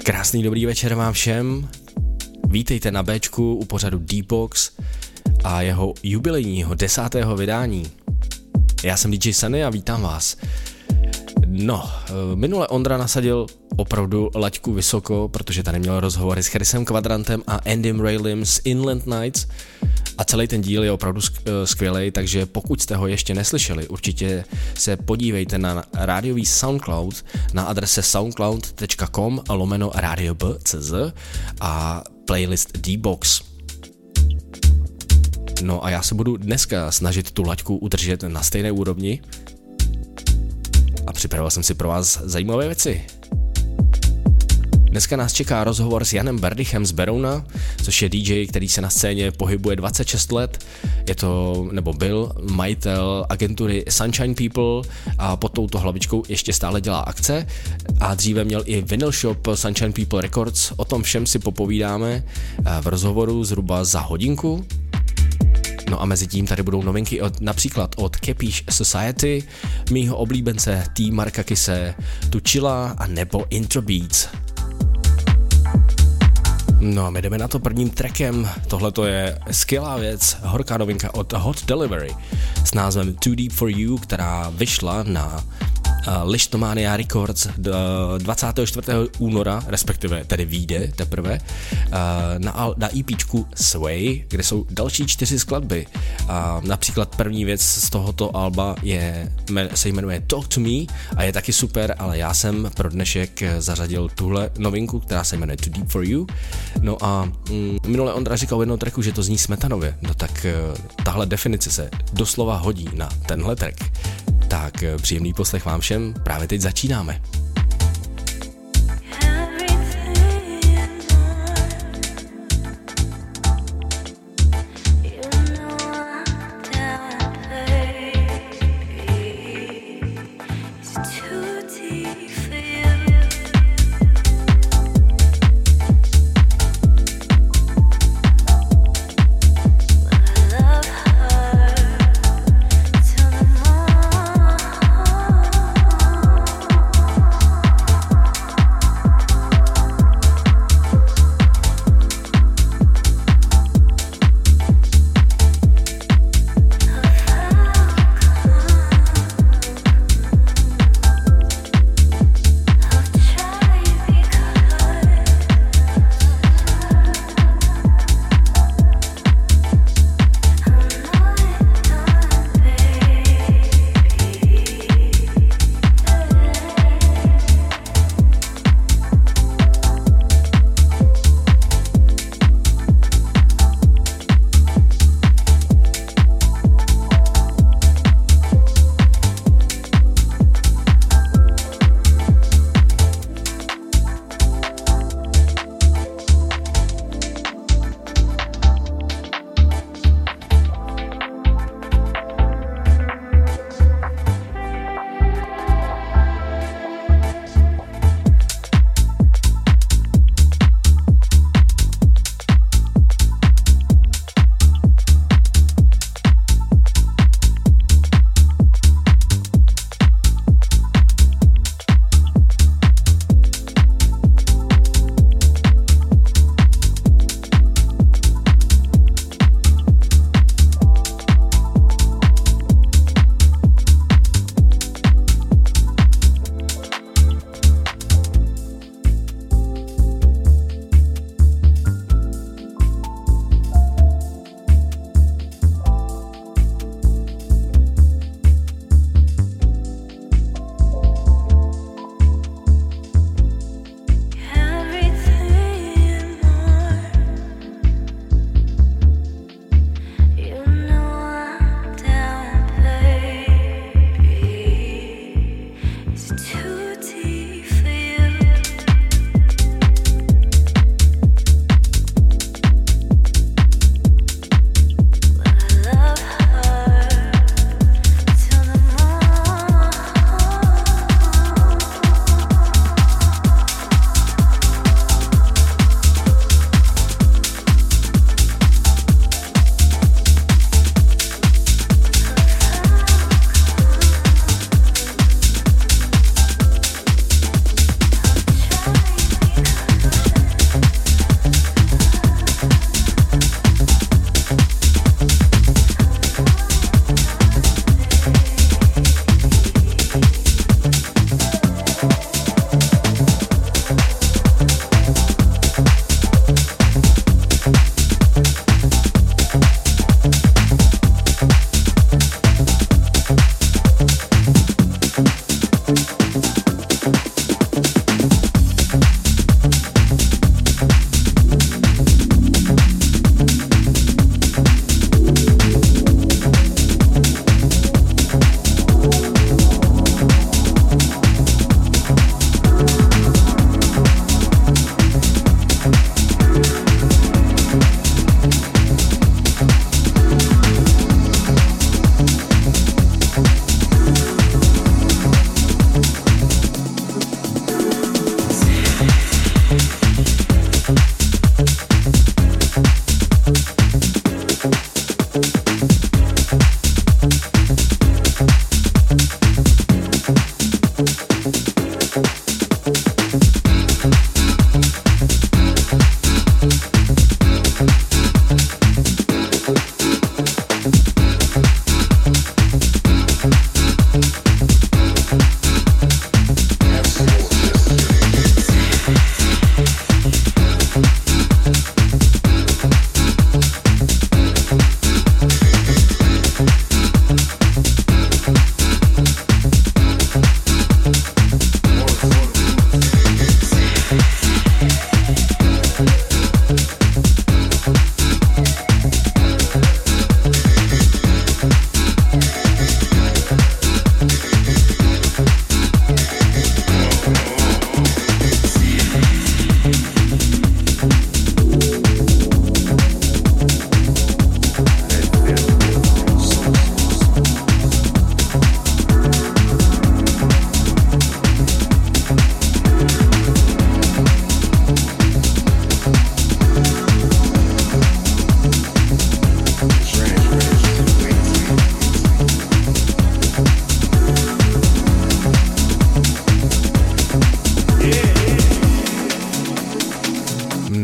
Krásný dobrý večer vám všem. Vítejte na Bčku u pořadu D-Box a jeho jubilejního 10. vydání. Já jsem DJ Sunny a vítám vás. No, minule Ondra nasadil opravdu laťku vysoko, protože tady měl rozhovory s Chrisem Quadrantem a Andym Raylem z Inland Nights a celý ten díl je opravdu skvělej, takže pokud jste ho ještě neslyšeli, určitě se podívejte na rádiový SoundCloud na adrese soundcloud.com/radio.cz a playlist D-Box. No a já se budu dneska snažit tu laťku udržet na stejné úrovni a připravil jsem si pro vás zajímavé věci. Dneska nás čeká rozhovor s Janem Berdychem z Berouna, což je DJ, který se na scéně pohybuje 26 let. Je to, nebo byl, majitel agentury Sunshine People a pod touto hlavičkou ještě stále dělá akce a dříve měl i vinyl shop Sunshine People Records. O tom všem si popovídáme v rozhovoru zhruba za hodinku. No a mezi tím tady budou novinky například od Capiche Society, mýho oblíbence T. Marka Kise, Tuchila a nebo Intro Beats. No a my jdeme na to prvním trackem. Tohle to je skvělá věc, horká novinka od Hot Delivery s názvem Too Deep For You, která vyšla na Lisztomania Records 24. února, respektive tedy vyjde teprve, na EPčku Sway, kde jsou další 4 skladby. Například první věc z tohoto alba se jmenuje Talk To Me a je taky super, ale já jsem pro dnešek zařadil tuhle novinku, která se jmenuje Too Deep For You. No a minule Ondra říkal v jednom tracku, že to zní smetanově, no tak tahle definice se doslova hodí na tenhle track. Tak příjemný poslech vám všem, právě teď začínáme.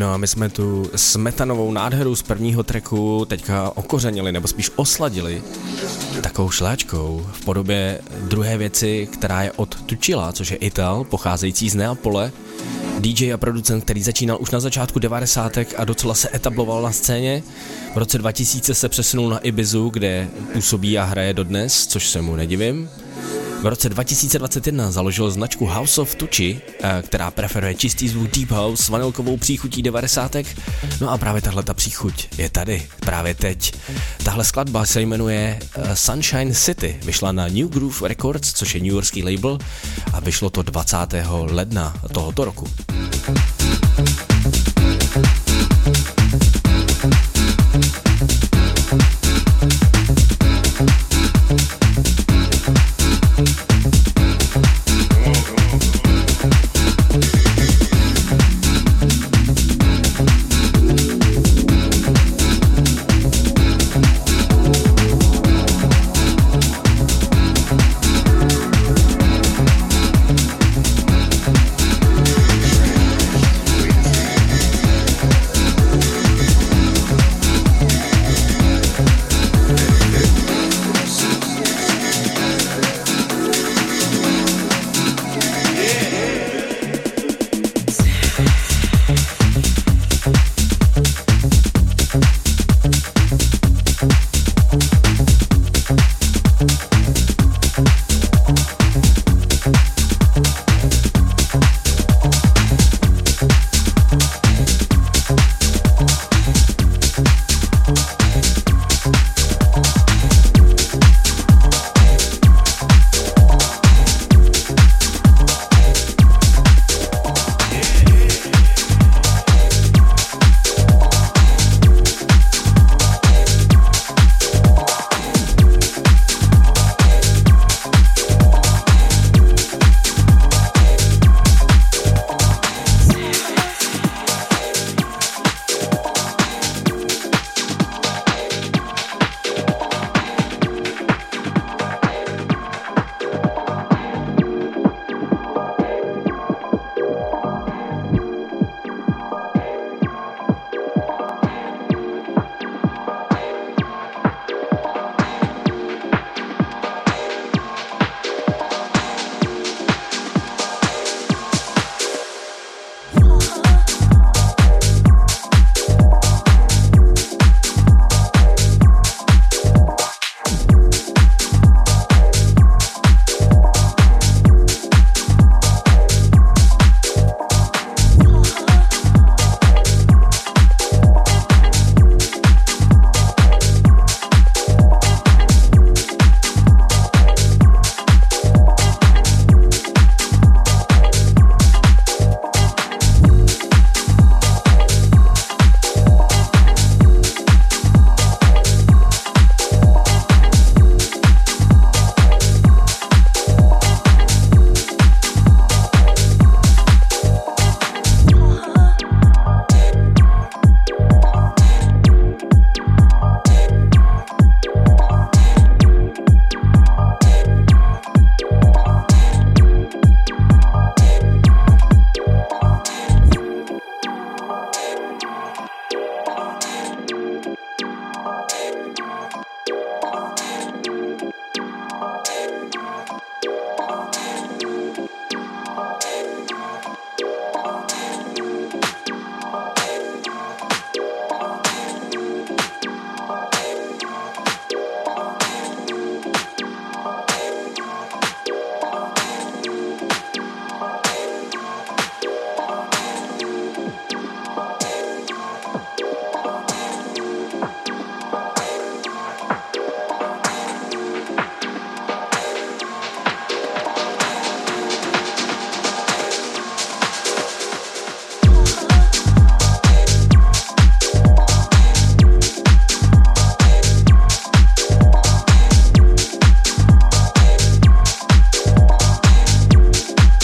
No a my jsme tu smetanovou nádheru z prvního tracku teďka okořenili, nebo spíš osladili takovou šláčkou v podobě druhé věci, která je od Tucilla, což je Ital, pocházející z Neapole, DJ a producent, který začínal už na začátku 90. a docela se etabloval na scéně. V roce 2000 se přesunul na Ibizu, kde působí a hraje dodnes, což se mu nedivím. V roce 2021 založil značku House of Tucci, která preferuje čistý zvuk Deep House s vanilkovou příchutí 90. No a právě tahle ta příchuť je tady, právě teď. Tahle skladba se jmenuje Sunshine City, vyšla na New Groove Records, což je newyorský label, a vyšlo to 20. ledna tohoto roku.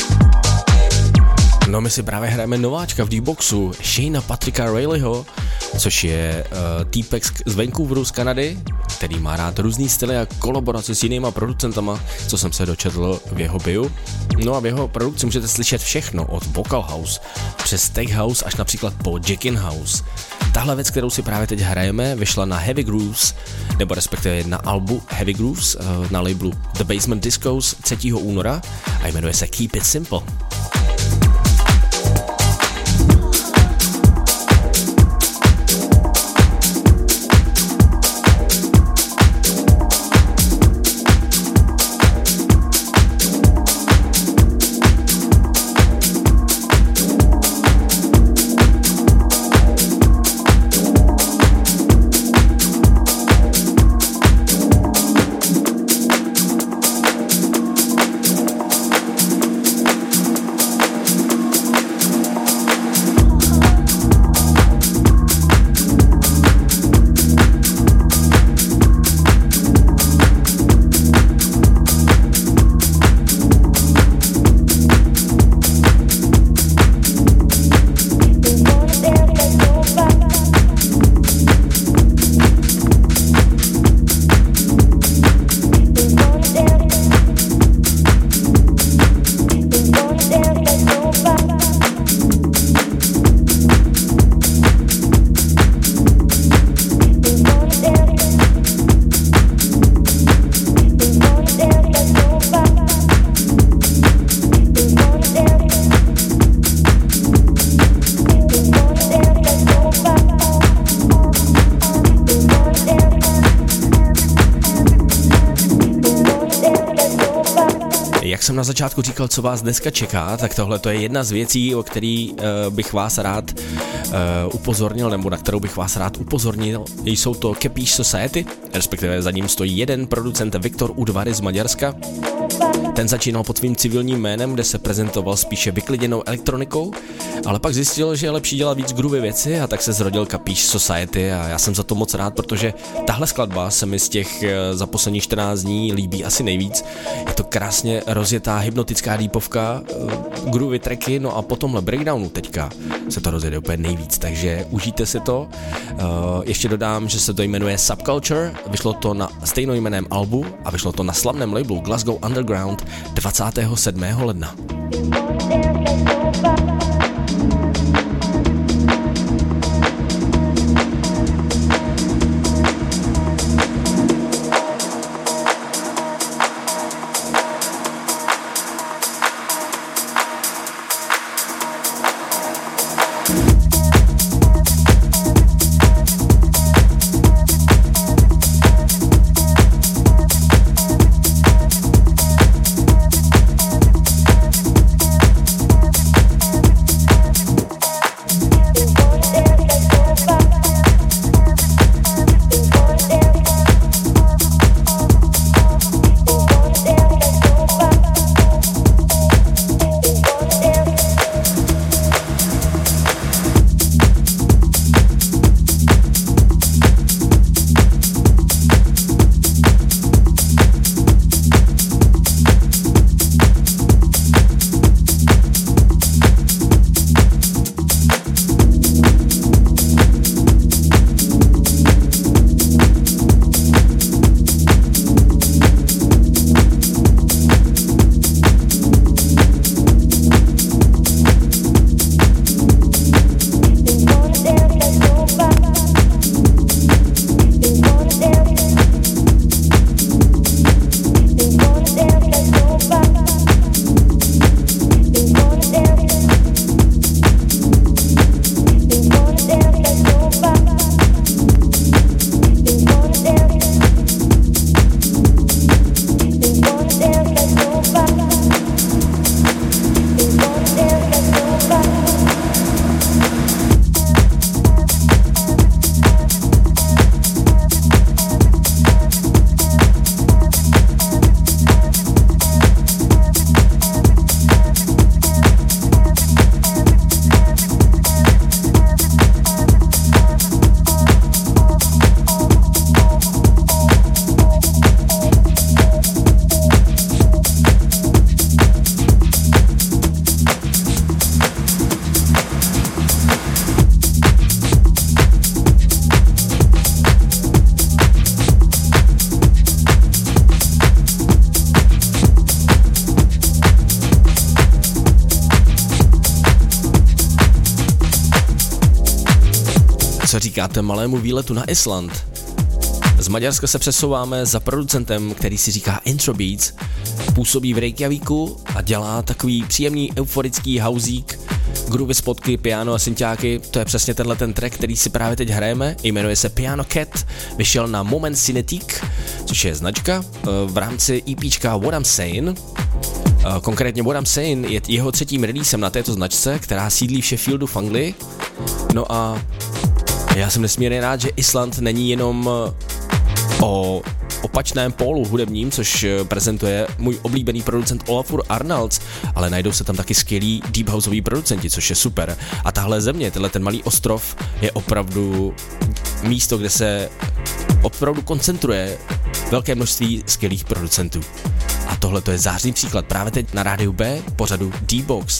My si právě hrajeme nováčka v D-Boxu, Shayna Patricka Rayleighho, což je týpek z Vancouveru z Kanady, který má rád různý styly a kolaborace s jinýma producentama, co jsem se dočetl v jeho bio. No a v jeho produkci můžete slyšet všechno od vocal house přes tech house až například po jackin house. Tahle věc, kterou si právě teď hrajeme, vyšla na Heavy Grooves, nebo respektive na albu Heavy Grooves na labelu The Basement Discos 3. února a jmenuje se Keep It Simple. Jsem na začátku říkal, co vás dneska čeká, tak tohle to je jedna z věcí, o který bych vás rád upozornil, nebo na kterou bych vás rád upozornil. Jsou to Capiche Society, respektive za ním stojí jeden producent Viktor Udvary z Maďarska. Ten začínal pod svým civilním jménem, kde se prezentoval spíše vykliděnou elektronikou, ale pak zjistil, že je lepší dělat víc groovy věci a tak se zrodil Capiche Society a já jsem za to moc rád, protože tahle skladba se mi z těch za posledních 14 dní líbí asi nejvíc. Je to krásně rozjetá hypnotická deepovka, groovy tracky, no a po tomhle breakdownu teďka se to rozjede úplně nejvíc, takže užijte si to. Ještě dodám, že se to jmenuje Subculture, vyšlo to na stejnojmenném albu a vyšlo to na slavném labelu Glasgow Underground 27. ledna. Co říkáte malému výletu na Island? Z Maďarska se přesouváme za producentem, který si říká Intro Beats, působí v Reykjavíku a dělá takový příjemný euforický housík, groovy spotky, piano a synťáky. To je přesně tenhle ten track, který si právě teď hrajeme, jmenuje se Piano Cat, vyšel na Moment Cinetique, což je značka v rámci EPčka What I'm Saying. Konkrétně What I'm Saying je jeho třetím releasem na této značce, která sídlí v Sheffieldu v Anglii. No a já jsem nesmírně rád, že Island není jenom o opačném pólu hudebním, což prezentuje můj oblíbený producent Olafur Arnalds, ale najdou se tam taky skvělí deep houseoví producenti, což je super. A tahle země, tenhle ten malý ostrov je opravdu místo, kde se opravdu koncentruje velké množství skvělých producentů. A tohle to je zářný příklad právě teď na rádiu B pořadu D-Box.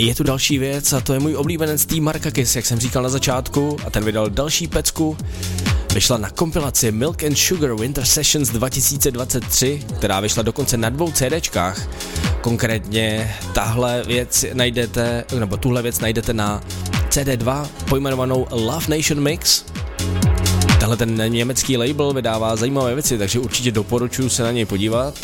Je tu další věc a to je můj oblíbenec T. Markakis, jak jsem říkal na začátku, a ten vydal další pecku. Vyšla na kompilaci Milk and Sugar Winter Sessions 2023, která vyšla dokonce na 2 CDčkách. Konkrétně tuhle věc najdete na CD2 pojmenovanou Love Nation Mix. Tahle ten německý label vydává zajímavé věci, takže určitě doporučuji se na něj podívat.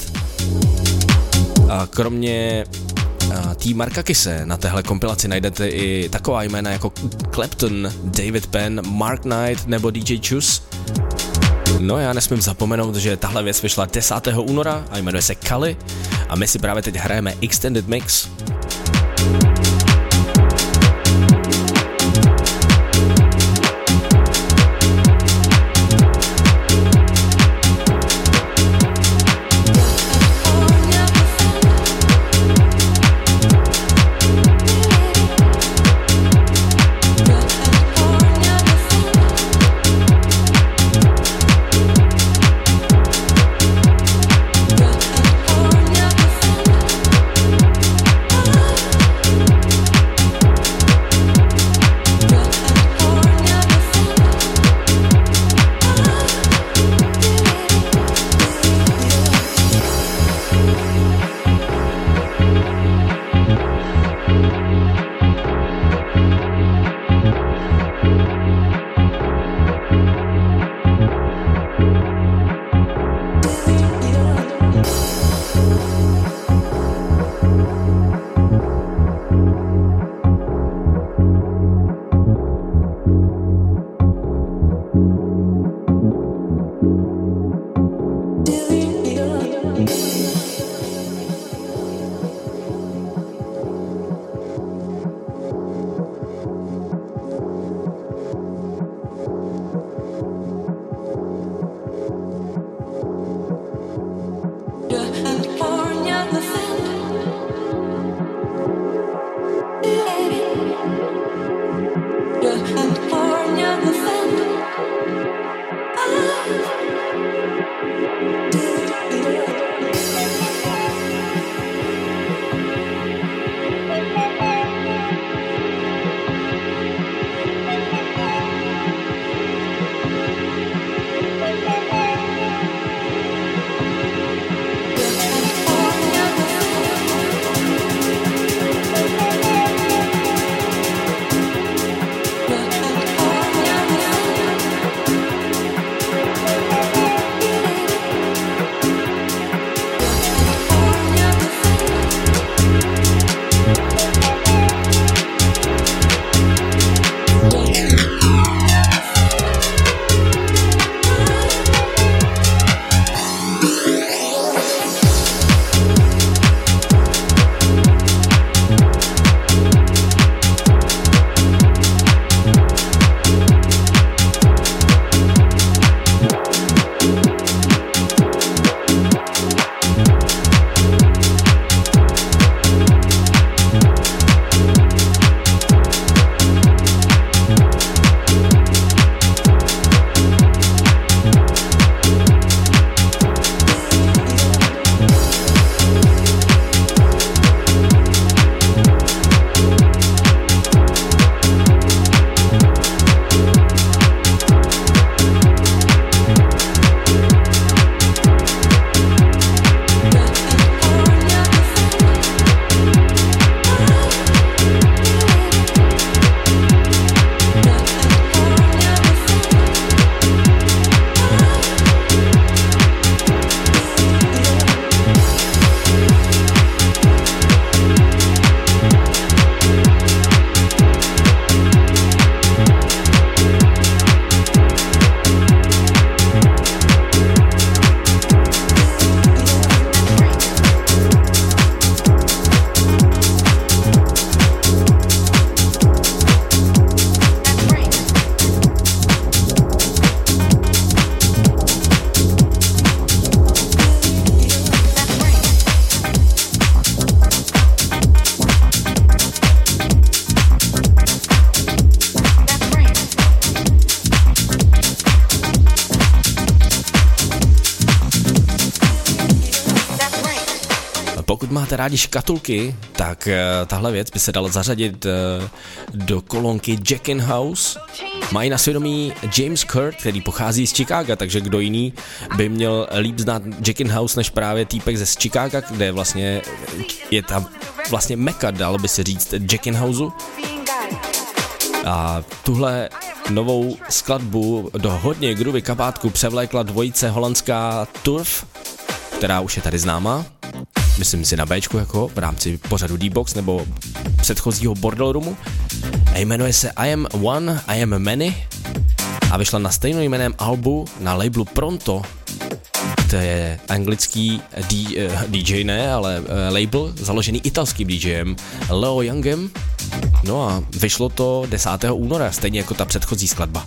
A kromě T. Markakise na téhle kompilaci najdete i taková jména jako Clapton, David Penn, Mark Knight nebo DJ Chus. No já nesmím zapomenout, že tahle věc vyšla 10. února a jmenuje se Kali a my si právě teď hrajeme Extended Mix. Pokud máte rádi škatulky, tak tahle věc by se dala zařadit do kolonky Jack in House. Mají na svědomí James Kurt, který pochází z Chicaga, takže kdo jiný by měl líp znát Jack in House než právě týpek ze Chicaga, kde vlastně je tam vlastně meka, dalo by se říct, Jack in Houseu. A tuhle novou skladbu do hodně groovy kabátku převlékla dvojice holandská Turf, která už je tady známá. Myslím si na Bčku jako v rámci pořadu D-Box nebo předchozího Bordel Roomu. A jmenuje se I Am One, I Am Many a vyšla na stejnojmenném albu na labelu Pronto. To je anglický DJ, ne, ale label založený italským DJem Leo Youngem. No a vyšlo to 10. února, stejně jako ta předchozí skladba.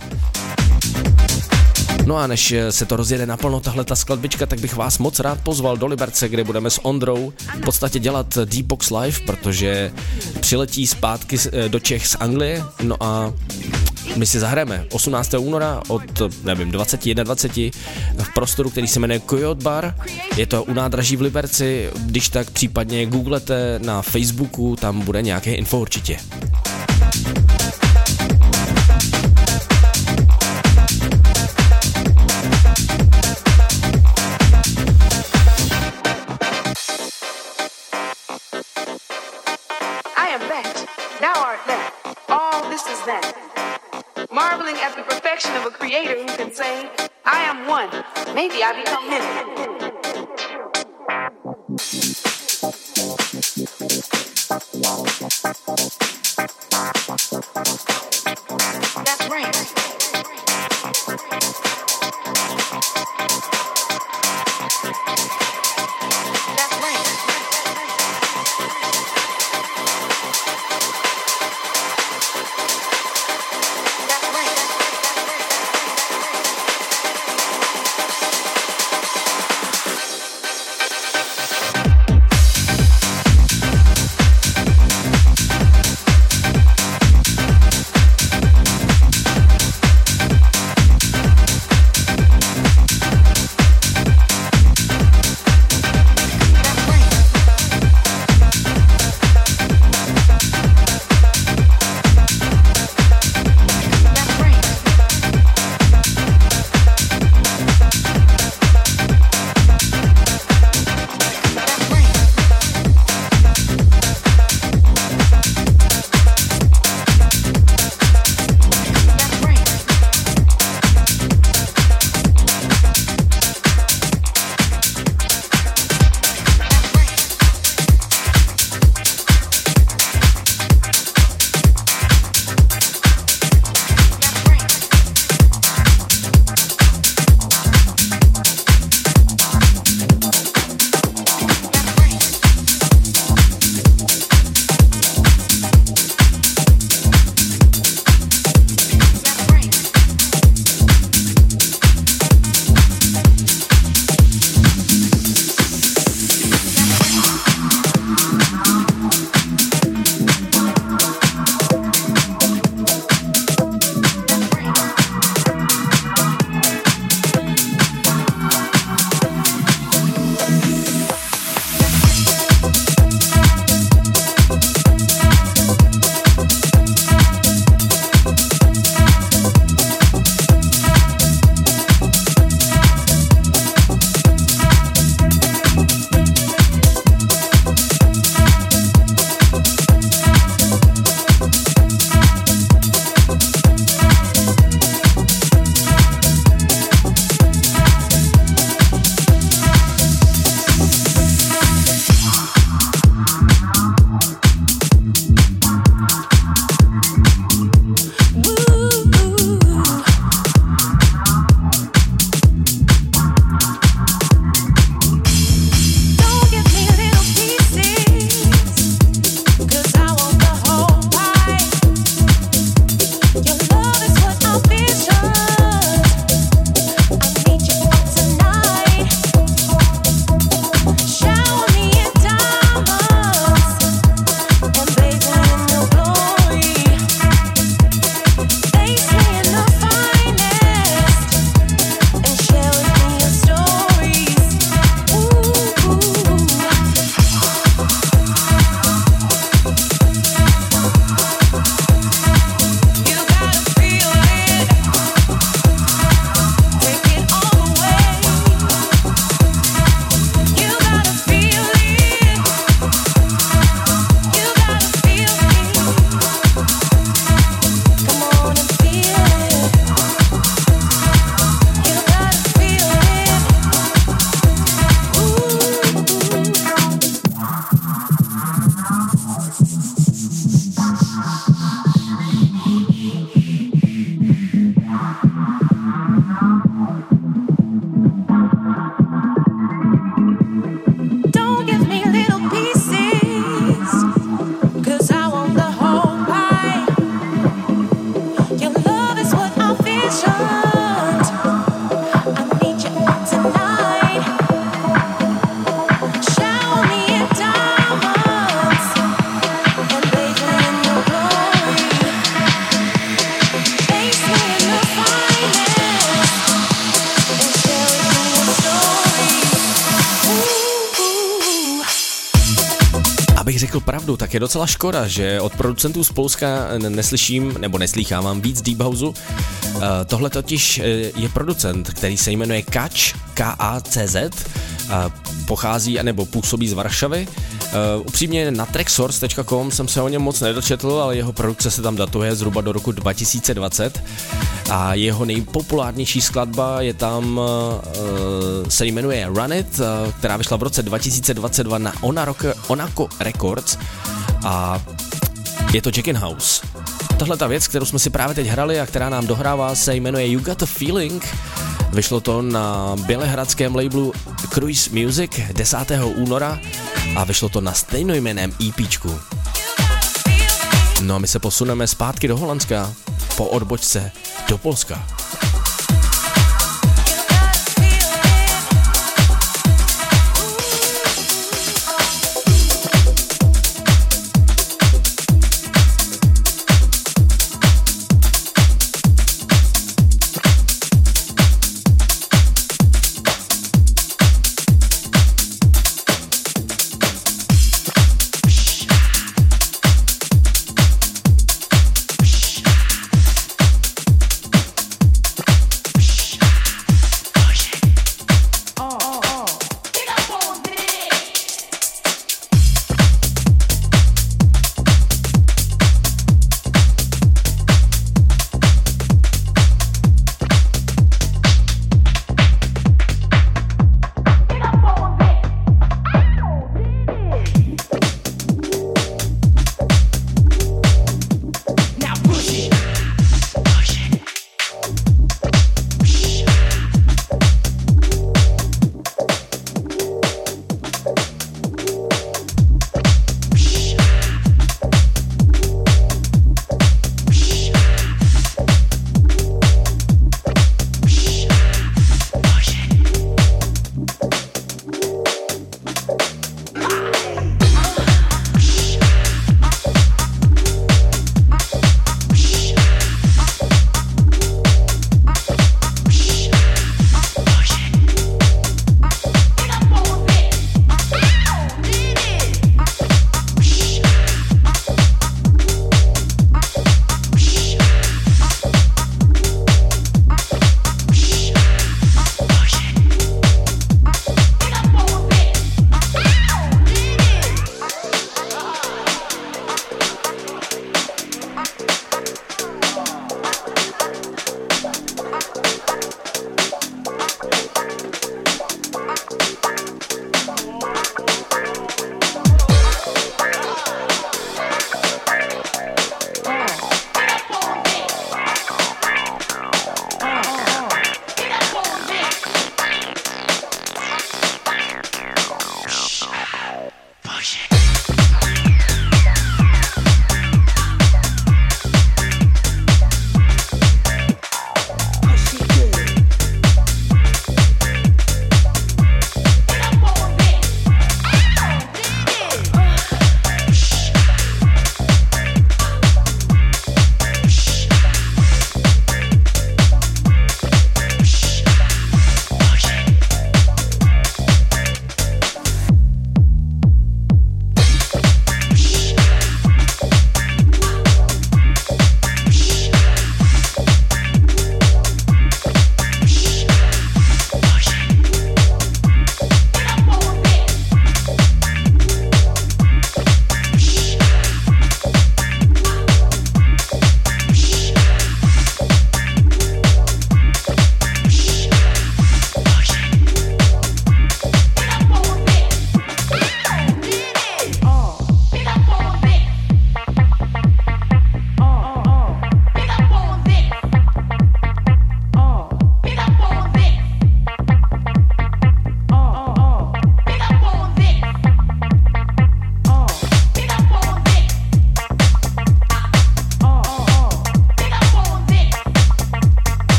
No a než se to rozjede naplno tahleta skladbička, tak bych vás moc rád pozval do Liberce, kde budeme s Ondrou v podstatě dělat D-Box Live, protože přiletí zpátky do Čech z Anglie, no a my si zahrajeme 18. února od, nevím, 20 v prostoru, který se jmenuje Coyote Bar. Je to u nádraží v Liberci, když tak případně googlete na Facebooku, tam bude nějaké info určitě. Marveling at the perfection of a creator who can say, I am one, maybe I become many. That's right. That's right. Abych řekl pravdu, tak je docela škoda, že od producentů z Polska neslyším nebo neslýchávám víc Deep Houseu. Tohle totiž je producent, který se jmenuje Kač, K-A-C-Z, pochází nebo působí z Varšavy. Upřímně na tracksource.com jsem se o něm moc nedočetl, ale jeho produkce se tam datuje zhruba do roku 2020 a jeho nejpopulárnější skladba je tam, se jmenuje Run It, která vyšla v roce 2022 na Onako Records a je to Jackin House. Tahle ta věc, kterou jsme si právě teď hrali a která nám dohrává, se jmenuje You Got a Feeling. Vyšlo to na bělehradském labelu Cruise Music 10. února a vyšlo to na stejnojmenném EPčku. No a my se posuneme zpátky do Holandska po odbočce do Polska.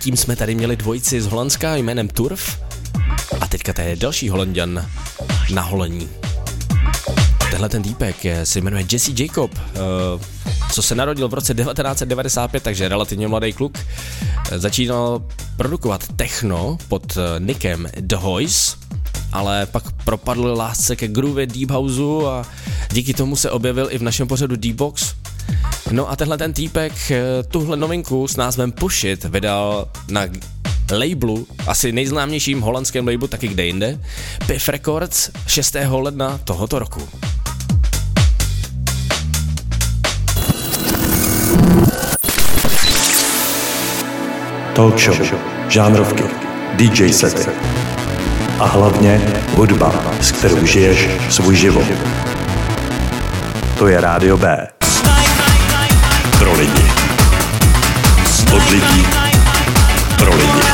předtím jsme tady měli dvojici z Holandska jménem Turf a teďka to je další Holanďan na holení. Tenhle ten týpek se jmenuje Jesse Jacob, co se narodil v roce 1995, takže relativně mladý kluk. Začínal produkovat techno pod nickem The Hoys, ale pak propadl lásce ke groove Deep Houseu a díky tomu se objevil i v našem pořadu D-Box. No a tenhle ten týpek tuhle novinku s názvem Push It vydal na labelu, asi nejznámějším holandském labelu, taky kde jinde, Piff Records 6. ledna tohoto roku. Talk show, žánrovky, DJ sety a hlavně hudba, s kterou žiješ svůj život. To je Rádio B. Pro lidi. Od lidí. Pro lidi.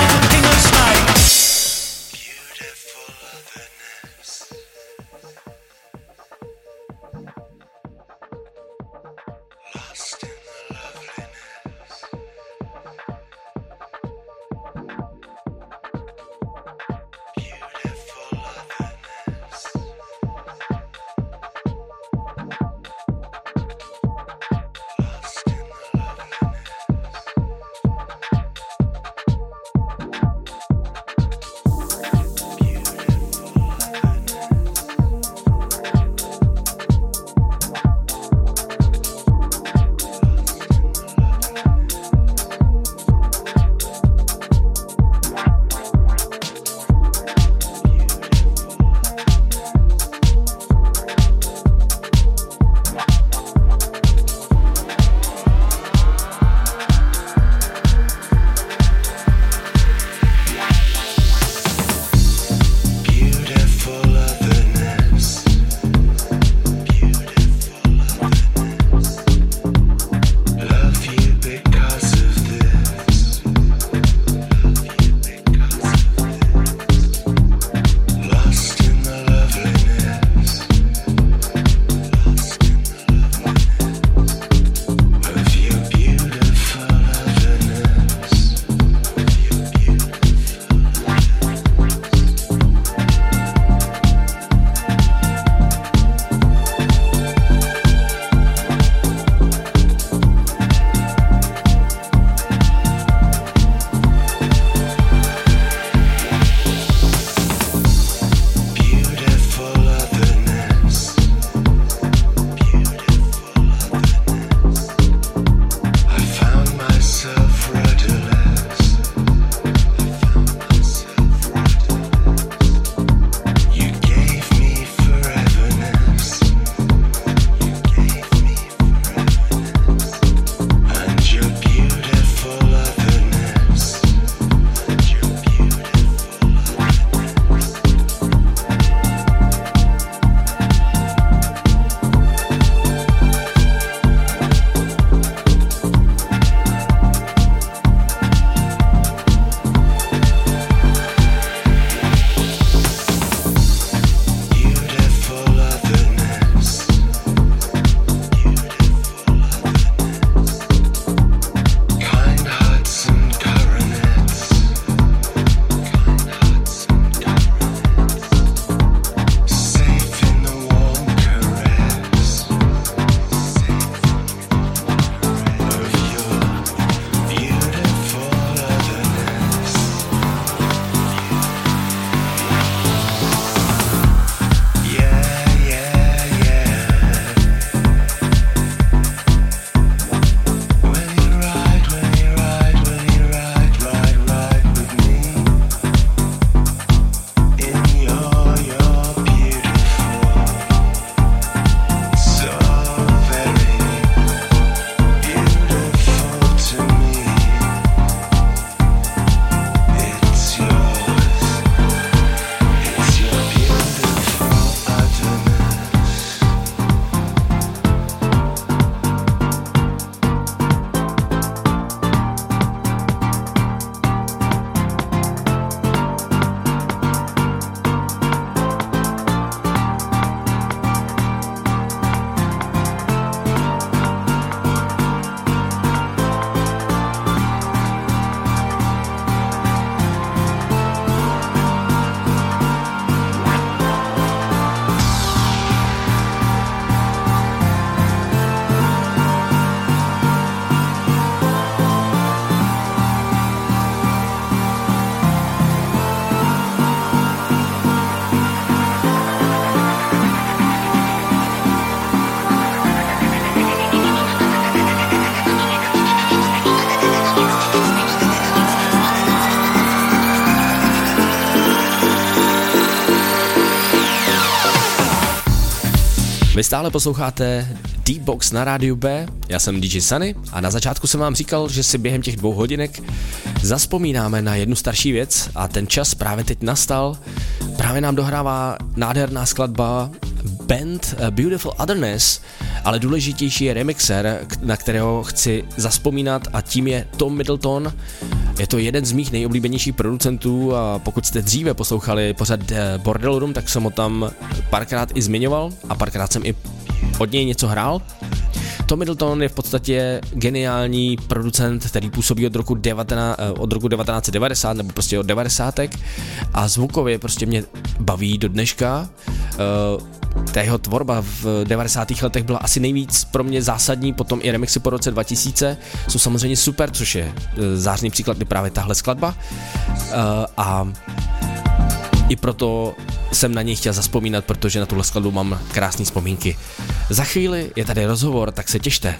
Vy stále posloucháte Deep Box na rádiu B, já jsem DJ Sunny a na začátku jsem vám říkal, že si během těch 2 hodinek zazpomínáme na jednu starší věc a ten čas právě teď nastal. Právě nám dohrává nádherná skladba Band Beautiful Otherness, ale důležitější je remixer, na kterého chci zazpomínat a tím je Tom Middleton. Je to jeden z mých nejoblíbenějších producentů a pokud jste dříve poslouchali pořad Bordel Room, tak jsem ho tam párkrát i zmiňoval a párkrát jsem i od něj něco hrál. Tom Middleton je v podstatě geniální producent, který působí od roku 1990 nebo prostě od 90. a zvukově prostě mě baví do dneška. Ta jeho tvorba v 90. letech byla asi nejvíc pro mě zásadní, potom i remixy po roce 2000 jsou samozřejmě super, což je zářný příklad i právě tahle skladba a i proto jsem na něj chtěl zazpomínat, protože na tuhle skladbu mám krásné vzpomínky. Za chvíli je tady rozhovor, tak se těšte.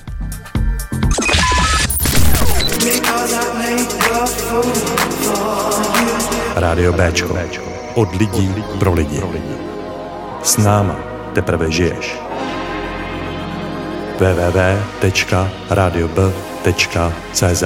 Rádio Béčko. Od lidí pro lidi. S náma teprve žiješ. www.radiob.cz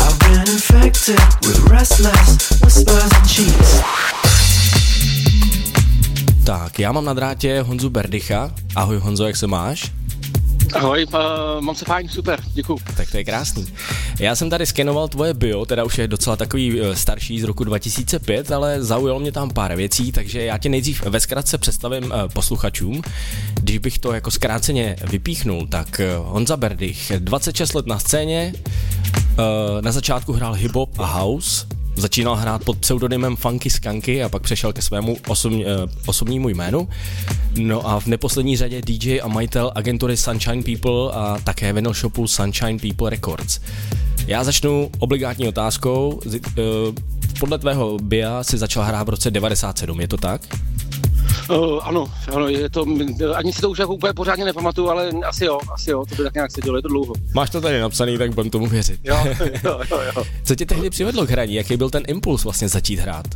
Tak, já mám na drátě Honzu Berdycha. Ahoj Honzo, jak se máš? Ahoj, mám se fajn, super, děkuju. Tak to je krásný. Já jsem tady skenoval tvoje bio, teda už je docela takový starší z roku 2005, ale zaujalo mě tam pár věcí, takže já tě nejdřív ve zkratce představím posluchačům. Když bych to jako zkráceně vypíchnul, tak Honza Berdych, 26 let na scéně, na začátku hrál hip-hop a house, začínal hrát pod pseudonymem Funky Skunky a pak přešel ke svému osobnímu jménu. No a v neposlední řadě DJ a majitel agentury Sunshine People a také vinyl shopu Sunshine People Records. Já začnu obligátní otázkou. Podle tvého bia si začal hrát v roce 97, je to tak? Ano, je to, ani si to už jako úplně pořádně nepamatuju, ale asi jo, to by tak nějak sedělo, je to dlouho. Máš to tady napsaný, tak budem tomu věřit. Jo. Co tě tehdy přivedlo k hraní, jaký byl ten impuls vlastně začít hrát?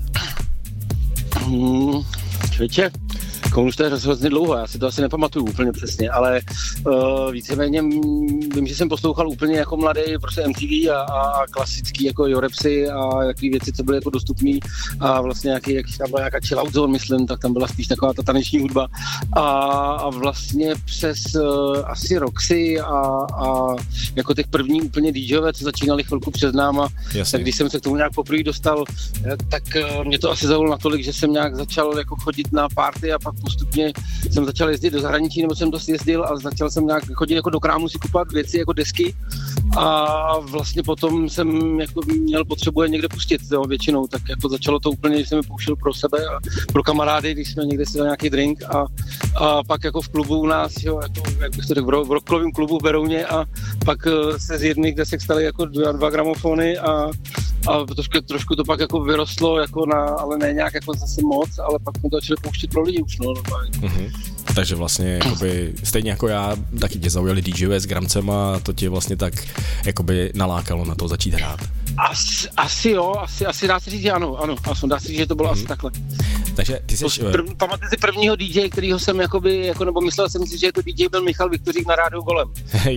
Člověče, už to je hrozně dlouho, já si to asi nepamatuju úplně přesně, ale víceméně vím, že jsem poslouchal úplně jako mladý prostě MTV a klasický jako Jorepsy a jaký věci, co byly jako dostupný a vlastně tam byla nějaká chill out zone, myslím, tak tam byla spíš taková ta taneční hudba a vlastně přes asi Roxy a jako těch první úplně DJové, co začínali chvilku před náma, tak když jsem se k tomu nějak poprvé dostal, tak mě to asi zaujalo natolik, že jsem nějak začal jako chodit na party a pak postupně jsem začal jezdit do zahraničí, nebo jsem dost jezdil a začal jsem nějak chodit jako do krámu si kupovat věci jako desky a vlastně potom jsem jako měl potřebu je někde pustit, jo, většinou, tak jako začalo to úplně, že jsem je pouštěl pro sebe a pro kamarády, když jsme někde si dali nějaký drink a pak jako v klubu u nás, jo, jako, jak bych to řekl, v rockovém klubu v Berouně a pak se z jedných desek staly jako 2 gramofony a trošku to pak jako vyrostlo, jako ale ne nějak jako zase moc, ale pak jsme to začali pouštět pro lidi už, no. Takže vlastně jakoby, stejně jako já, taky tě zaujali DJové s gramcema a to tě vlastně tak jakoby nalákalo na to začít hrát. Asi jo, asi dá se říct, že ano, dá se říct, že to bylo asi takhle. Takže ty jsi... Pamatuji si prvního DJ, kterýho jsem jakoby, jako, nebo myslel jsem si, že jako DJ byl Michal Viktorík na rádiu Golem.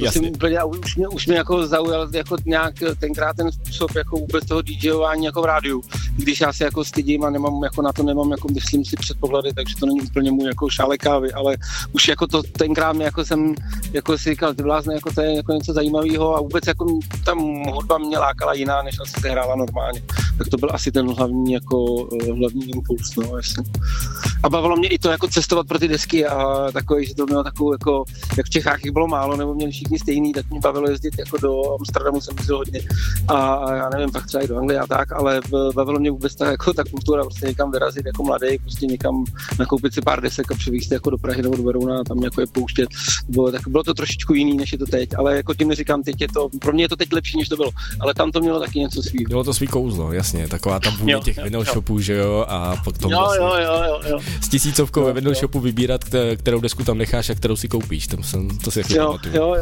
Už mě jako zaujal jako nějak tenkrát ten způsob jako vůbec toho DJování jako v rádiu, když já se jako stydím a nemám jako na to jako myslím si předpoklady, takže to není úplně můj jako šálek kávy, ale už jako to tenkrát mě jako jsem jako si říkal, ty blázne, jako to je jako něco zajímavého a vůbec jako tam hudba mě lákala jiná, než asi se hrála normálně. Tak to byl asi ten hlavní impuls, no, jasně. A bavilo mě i to jako cestovat pro ty desky a takový, že to mělo takovou jako, jak v Čechách jich bylo málo, nebo měli všichni stejný, tak mě bavilo jezdit jako do Amsterdamu, jsem jezdil hodně a já nevím, pak třeba i do Anglie a tak, ale bavilo mě vůbec ta kultura, prostě někam vyrazit jako mladý, prostě někam nakoupit si pár desek a přivést jako do Prahy nebo do Berouna a tam jako je pouštět. Bylo to trošičku jiný, než je to teď, ale jako tím neříkám, pro mě je to teď lepší, než to bylo, ale tam to mělo taky něco svýho. Bylo to svý kouzlo, jasně, taková ta vůně těch vinyl shopů, že jo, a potom Jo. S 1000 ve Vinyl Shopu vybírat, kterou desku tam necháš a kterou si koupíš. To si jako pamatuju.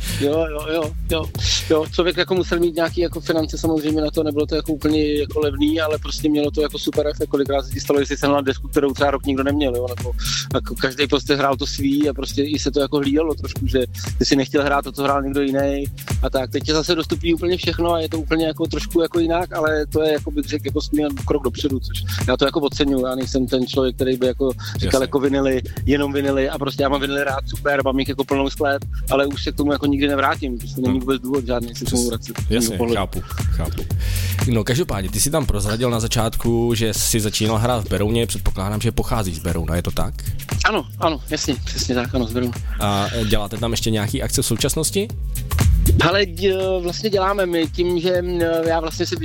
Jo. Člověk jako musel mít nějaký jako finance samozřejmě na to, nebylo to jako úplně jako levný, ale prostě mělo to jako super efekt. Kolikrát se ti stalo, jestli jsem na desku, kterou třeba rok nikdo neměl, jo, nebo jako každý prostě hrál to svý a prostě i se to jako hlídalo trošku, že ty si nechtěl hrát to, co hrál někdo jiný a tak. Teď je zase dostupný úplně všechno a je to úplně jako trošku jako jinak, ale to je jako bych řekl jako směl krok dopředu, což já to jako oceňuju. Já nejsem ten člověk, který by jako říkal jako vinily, jenom vinily a prostě já mám vinily rád super, mám jich jako plnou sklep, ale už se k tomu jako nikdy nevrátím, prostě není vůbec důvod žádný se k tomu vracet. Jasně, chápu. No každopádně, ty si tam prozradil na začátku, že jsi začínal hrát v Berouně, předpokládám, že pocházíš z Berouna, je to tak? Ano, jasně, přesně tak, ano, z Berouna. A děláte tam ještě nějaký akce v současnosti? Ale vlastně děláme my tím, že já vlastně se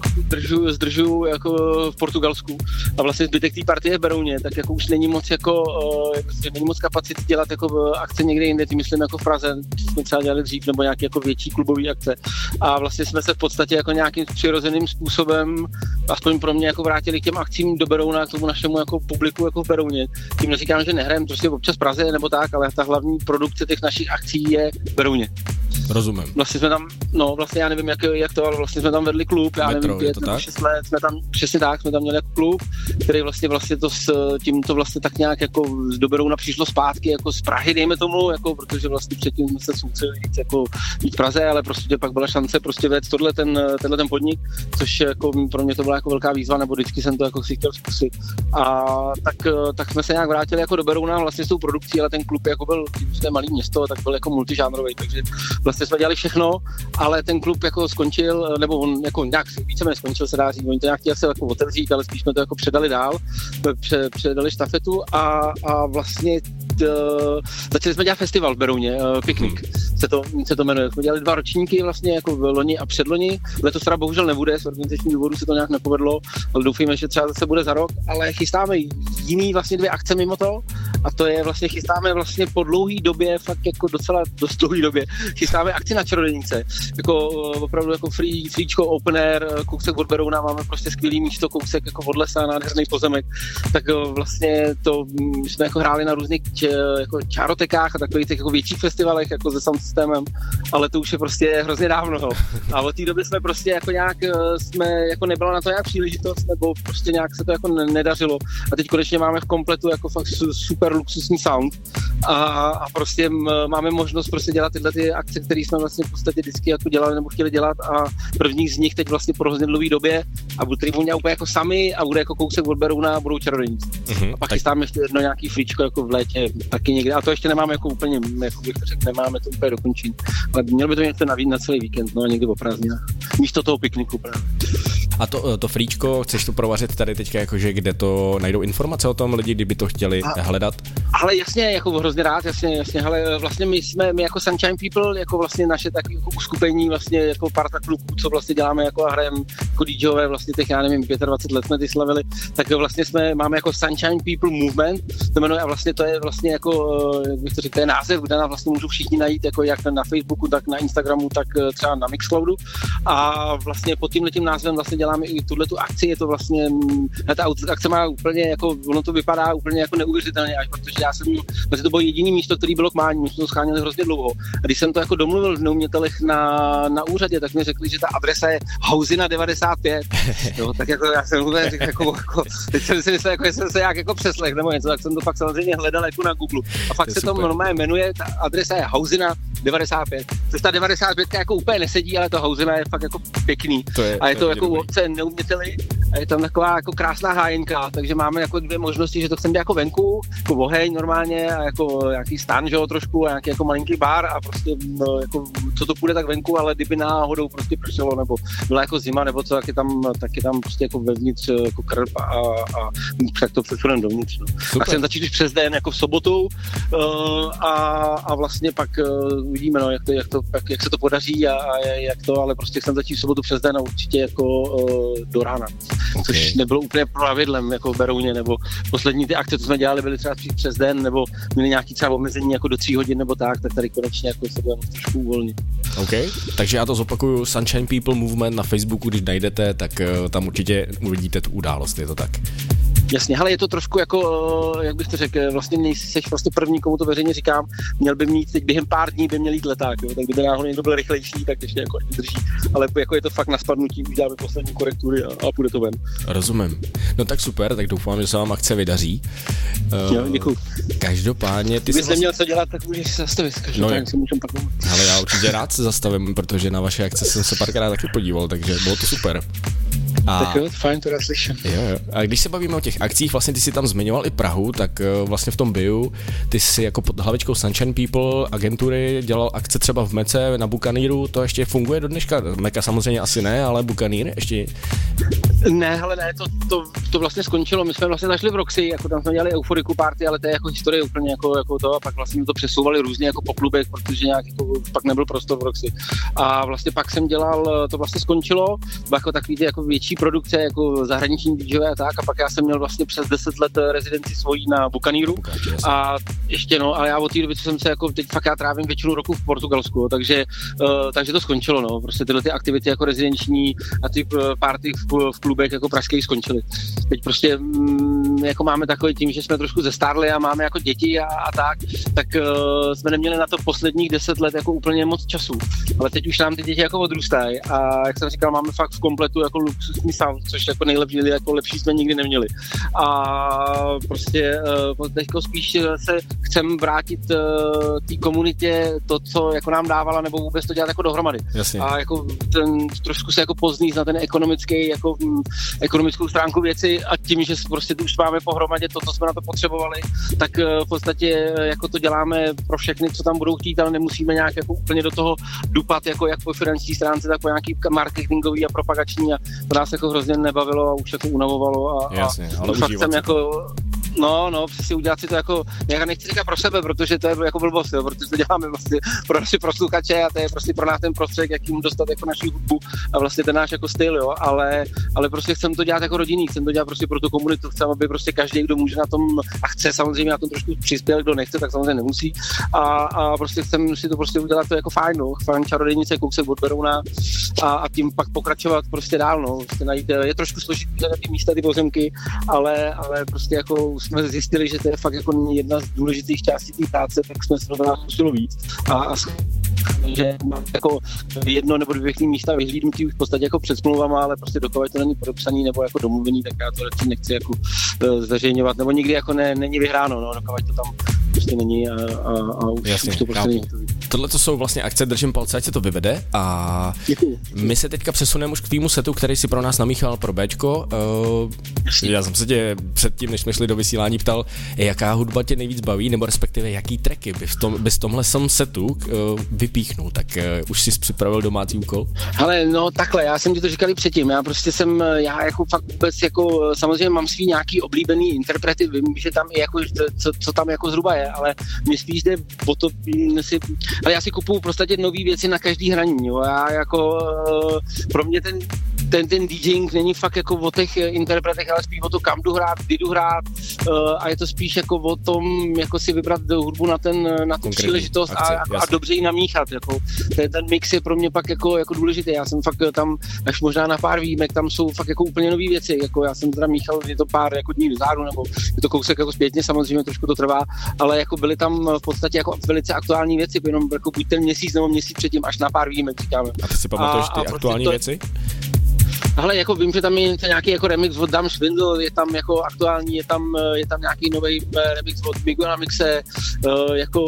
zdržuju jako v Portugalsku a vlastně zbytek té partie v Berouně, tak jako už není moc jako, není moc kapacity dělat jako akce někde jinde, tím myslím jako v Praze, jsme třeba dělali dřív, nebo nějaké jako větší klubové akce a vlastně jsme se v podstatě jako nějakým přirozeným způsobem, aspoň pro mě jako vrátili k těm akcím do Berouna, k tomu našemu jako publiku jako v Berouně. Tím neříkám, že nehrajem prostě občas v Praze nebo tak, ale ta hlavní produkce těch našich akcí je v Berouně. Rozumím. Vlastně jsme tam, vlastně já nevím, jak to, ale vlastně jsme tam vedli klub, já Metro, nevím, 5 nebo 6 let, jsme tam, přesně tak, jsme tam měli jako klub, který vlastně to s tímto vlastně tak nějak jako z Berouna přišlo zpátky, jako z Prahy, dejme tomu, jako, protože vlastně předtím jsme se soucili jít v Praze, ale prostě pak byla šance prostě vést tenhle ten podnik, což jako pro mě to byla jako velká výzva, nebo vždycky jsem to jako si chtěl zkusit. A tak jsme se nějak vrátili jako do Berouna vlastně s tou produkcí, ale ten klub jako byl, to je malý město, tak byl jako multižánrový, takže vlastně jsme dělali všechno, ale ten klub jako skončil, nebo on jako nějak víceméně skončil, se dá říct, oni to nějak chtěli se jako otevřít, ale spíš jsme to jako předali dál, předali štafetu a vlastně začali jsme dělat festival v Berouně, Piknik se to jmenuje. Jsme dělali 2 ročníky vlastně jako v loni a předloni, letos teda bohužel nebude, z organizačních důvodů se to nějak nepovedlo, ale doufíme, že třeba zase bude za rok, ale chystáme jiný vlastně 2 akce mimo to a to je vlastně chystáme vlastně po dlouhý době, fakt jako docela dost dlouhý době, chystáme akci na Čarodějnice, jako opravdu jako freečko, open air, kousek od Berouna, máme prostě skvělý místo, kousek jako od lesa, nádherný pozemek, tak vlastně to jsme jako hráli na různých jako čárotekách a takových těch jako větších festivalech jako se sound systémem, ale to už je prostě hrozně dávno. A od té doby jsme prostě jako nějak jako nebyla na to nějak příležitost, nebo prostě nějak se to jako nedařilo. A teď konečně máme v kompletu jako fakt super luxusní sound a prostě máme možnost prostě dělat tyhle ty akce, které jsme vlastně v podstatě vždycky jako dělali nebo chtěli dělat a první z nich teď vlastně po hrozně dlouhé době a budou úplně jako sami a bude jako kousek od Berouna a budou Čarodějnice. A pak chystáme ještě jedno nějaký fričko jako v létě taky někde. A to ještě nemáme jako úplně, jako bych to řekl, nemáme to úplně dokončit. Ale mělo by to mít na celý víkend, no a někdy o prázdninách. Místo toho pikniku právě. A to fríčko, chceš to provařit tady teďka, jakože kde to najdou informace o tom lidi, kdyby to chtěli hledat? Ale jasně, jako hrozně rád, jasně, ale vlastně my jako Sunshine People, jako vlastně naše takové jako uskupení, vlastně jako parta kluků, co vlastně děláme jako a hrajeme jako DJové, vlastně těch, já nevím, 25 let jsme ty slavili, tak vlastně máme jako Sunshine People Movement, to jmenuje a vlastně to je vlastně jako, jak bych to řekl, to je název, kde nás vlastně můžou všichni najít, jako jak na Facebooku, tak na Instagramu, tak třeba na Mixcloudu a vlastně pod tímhletím názvem vlastně děláme i tuhletu akci, je to vlastně, ta akce má úplně jako, ono to vypadá úplně jako neuvěřitelně, až protože já jsem, vlastně to bylo jediný místo, který bylo k mání, my jsme to scháněli hrozně dlouho. A když jsem to jako domluvil v Neumětelech na úřadě, tak mi řekli, že ta adresa je Housina 95. Jo, tak jako já jsem vůbec jako teď jsem si myslel, jako jsem se nějak jako přeslech nebo něco, tak jsem to pak samozřejmě hledal jako na Google. A fakt se to normálně jmenuje, ta adresa je Housina 95. Což ta 95 jako úplně nesedí, ale to Housina je fakt jako pěkný. A je to jako u obce Neumětely a je tam taková jako krásná hájenka, takže máme jako 2 možnosti, že to chceme jako venku, jako oheň normálně a jako nějaký stan, že jo, trošku a nějaký jako malinký bar a prostě no, jako co to půjde tak venku, ale kdyby náhodou prostě pršelo nebo byla jako zima nebo co, tak je tam prostě jako vevnitř jako krb a tak to přesuneme dovnitř. No. A chcem začít už přes den jako v sobotu a vlastně pak uvidíme, no, jak se to podaří a jak to, ale prostě chcem začít v sobotu přes den a určitě jako do rána. Což nebylo úplně pravidlem jako v Berouně, nebo poslední ty akce, co jsme dělali, byly třeba přes den, nebo měli nějaký třeba omezení jako do 3 hodin nebo tak tady konečně jako se budeme trošku uvolnit. OK, takže já to zopakuju, Sunshine People Movement na Facebooku, když najdete, tak tam určitě uvidíte tu událost, je to tak? Jasně, hele, je to trošku jako, jak bych to řekl, vlastně nejseš vlastně první, komu to veřejně říkám, měl by mít teď během pár dní by měl jít leták, jo? Tak kdyby náhodou někdo byl rychlejší, tak ještě jako drží, ale jako je to fakt na spadnutí, uděláme poslední korektury a půjde to ven. Rozumím. No tak super, tak doufám, že se vám akce vydaří. Jo, děkuju. Každopádně ty jsi neměl co dělat, tak můžeš se zastavit, každopádně se můžeme pak mluvit. Ale já určitě rád se zastavím, protože na vaše akce jsem se párkrát taky podíval, takže bylo to super. Tak jo, fajn, to slyším. Jo. A když se bavíme o těch akcích, vlastně ty si tam zmiňoval i Prahu, tak vlastně v tom bio, ty si jako pod hlavičkou Sunshine People agentury dělal akce třeba v Mece na Buccaneeru, to ještě funguje do dneška? Meka samozřejmě asi ne, ale Buccaneer ještě... Ne, to vlastně skončilo, my jsme vlastně zašli v Roxy, jako tam jsme dělali euforiku party, ale to je jako historie úplně jako to a pak vlastně to přesouvali různě jako po klubech, protože nějak jako pak nebyl prostor v Roxy. A vlastně pak jsem dělal, to vlastně skončilo, jako takový ty jako větší produkce, jako zahraniční DJové a tak, a pak já jsem měl vlastně přes 10 let rezidenci svojí na Buccaneeru a ještě ale já od té doby, co jsem se jako teď fakt já trávím většinu roku v Portugalsku, takže to skončilo, prostě tyhle ty aktivity jako rezidenční a ty party v klubech jako pražských skončily. Teď prostě jako máme takový tím, že jsme trošku zestárli a máme jako děti a tak jsme neměli na to posledních 10 let jako úplně moc času, ale teď už nám ty děti jako odrůstají a jak jsem říkal, máme fakt v kompletu jako luxusní sound, což jako nejlepší, jako lepší jsme nikdy neměli. A prostě teďko spíš se chcem vrátit té komunitě to, co jako nám dávala, nebo vůbec to dělat jako dohromady. Jasně. A jako trošku se jako poznít na ten ekonomickou stránku věci a tím, že prostě už máme pohromadě to, co jsme na to potřebovali, tak v podstatě jako to děláme pro všechny, co tam budou chtít, ale nemusíme nějak jako úplně do toho dupat, jako jak po finanční stránce, tak po nějaký marketingový a propagační a to nás jako hrozně nebavilo a už jako unavovalo a jasně, ale fakt jsem jako přesně udělat si to jako, já nechci říkat pro sebe, protože to je jako blbost, jo, protože to děláme vlastně pro naši posluchače a to je prostě pro nás ten prostředek, jak jim dostat jako naši hudbu a vlastně ten náš jako styl, jo, ale prostě chcem to dělat jako rodinný, chcem to dělat prostě pro tu komunitu, chcem, aby prostě každý, kdo může na tom a chce samozřejmě na tom trošku přispět, kdo nechce, tak samozřejmě nemusí a prostě chcem si to prostě udělat to jako fajn, no, fajn čarodějnice, kousek od Berouna a tím pak pokračovat prostě dál, no, prostě najít, je trošku složitý na ty místa, ty pozemky, ale prostě jako jsme zjistili, že to je fakt jako jedna z důležitých částí té práce, tak jsme se do toho zkusili víc. A že mám jako jedno nebo dvě místa vyhlídnutí už v podstatě jako před smlouvama, ale prostě dokud to není podepsaný nebo jako domluvený, tak já to radši nechci jako zveřejňovat, nebo nikdy jako není vyhráno, no, dokud to tam prostě není a už, jasně, už to prostě není. Tohle to jsou vlastně akce, držím palce, ať se to vyvede a my se teďka přesuneme už k tvýmu setu, který si pro nás namíchal pro Bčko. Já jsem se tě předtím, než jsme šli do vysílání, ptal, jaká hudba tě nejvíc baví, nebo respektive jaký tracky bys v tomhle setu vypíchnul, tak už jsi připravil domácí úkol? Hele, no takhle, já jsem ti to říkal předtím, já jako fakt vůbec jako, samozřejmě mám svý nějaký oblíbený interprety, vím, že tam i jako, co tam jako zhruba je, ale mě spíš jde o to, ale já si kupuju prostě nový věci na každý hraní, jo, já jako, pro mě ten DJing není fakt jako o těch interpretech, ale spíš o to, kam jdu hrát, kdy jdu hrát a je to spíš jako o tom, jako si vybrat hudbu na tu příležitost a dobře ji namíchat, jako ten mix je pro mě pak jako důležitý, já jsem fakt tam, až možná na pár výjimek, tam jsou fakt jako úplně nový věci, jako já jsem teda míchal, je to pár jako dní dozadu, nebo je to kousek jako zpětně, samozřejmě trošku to trvá, ale jako byly tam v podstatě jako velice aktuální věci, jenom jako buď ten měsíc nebo měsíc předtím, až na pár výjimek, říkáme. A ty si pamatuješ ty aktuální věci? Hele, jako vím, že tam je nějaký jako remix od Dam Schwindel, je tam jako aktuální, je tam nějaký nový remix od Migo na mixe, jako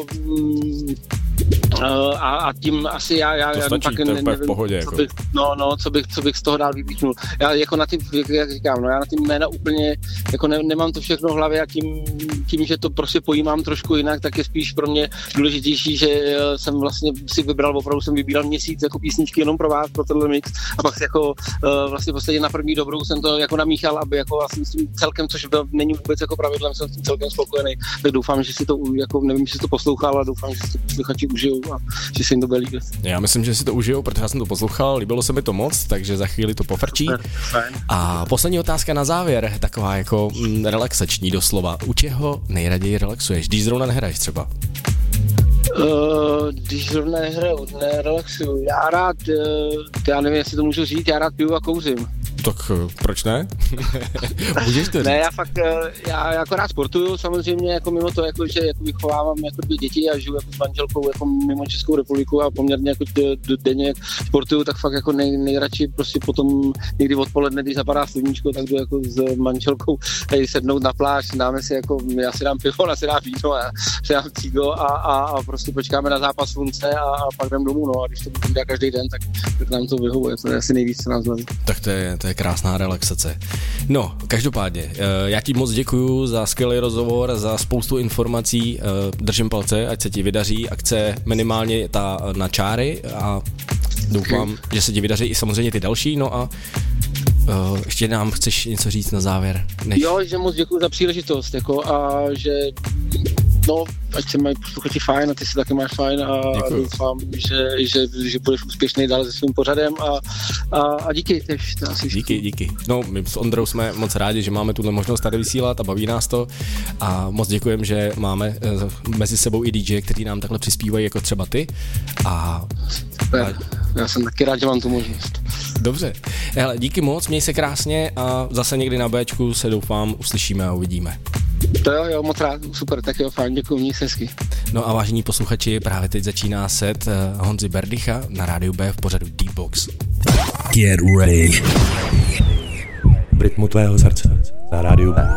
a tím asi já to stačí, pak to je nevím, v pohodě, co bych z toho dál vypíchnul. Já jako na ty, jak říkám, já na ty jména úplně jako nemám to všechno v hlavě a tím, že to prostě pojímám trošku jinak, tak je spíš pro mě důležitější, že jsem vlastně si opravdu jsem vybíral měsíc jako písničky jenom pro vás, pro tenhle mix a pak jako vlastně posledně na první dobrou jsem to jako namíchal, aby jako vlastně s tím celkem, což není vůbec jako pravidlem, jsem s tím celkem spokojený, tak doufám, že si to jako nevím, že si to poslouchal, ale doufám, že si to posluchači užijou a že se jim to bude líbit. Já myslím, že si to užijou, protože já jsem to poslouchal, líbilo se mi to moc, takže za chvíli to pofrčí. A poslední otázka na závěr, taková jako relaxační doslova. U čeho nejraději relaxuješ, když zrovna nehraješ třeba? Když zrovna nerelaxuju, já nevím, jestli to můžu říct, já rád piju a kouřím. Tak proč ne? Můžeš to říct. Ne, já jako rád sportuju, samozřejmě jako mimo to, jako, že jako vychovávám jako 2 děti a žiju jako s manželkou jako mimo Českou republiku a poměrně jako denně sportuju, tak fakt jako nejradši prostě potom někdy odpoledne, když zapadá sluníčko, tak jdu jako s manželkou tady sednout na pláž, dáme si jako, já si dám pivo, ona si dá víno a si dám cígo a prostě počkáme na zápas slunce a pak jdem domů, no a když to budu dělat každý den, tak nám to vyhovuje, to je asi nejvíc, co nás baví. Tak to je krásná relaxace. No, každopádně, já ti moc děkuju za skvělý rozhovor, za spoustu informací, držím palce, ať se ti vydaří akce minimálně ta na čáry a doufám, že se ti vydaří i samozřejmě ty další, no a ještě nám chceš něco říct na závěr? Jo, že moc děkuju za příležitost, jako a že no, ať se mají posluchači fajn a ty si taky máš fajn a doufám, že budeš úspěšný dál se svým pořadem a díky. To asi díky. No, my s Ondrou jsme moc rádi, že máme tuhle možnost tady vysílat a baví nás to a moc děkujeme, že máme mezi sebou i DJ, kteří nám takhle přispívají, jako třeba ty. Já jsem taky rád, že mám tu možnost. Dobře. Hele, díky moc, měj se krásně a zase někdy na Bčku se doufám uslyšíme a uvidíme. To jo, moc rád, super, tak jo, fajn, děkuji, měj se hezky. No a vážení posluchači, právě teď začíná set Honzy Berdycha na rádiu B v pořadu D-Box. Get ready. V rytmu tvého srdce na rádiu B.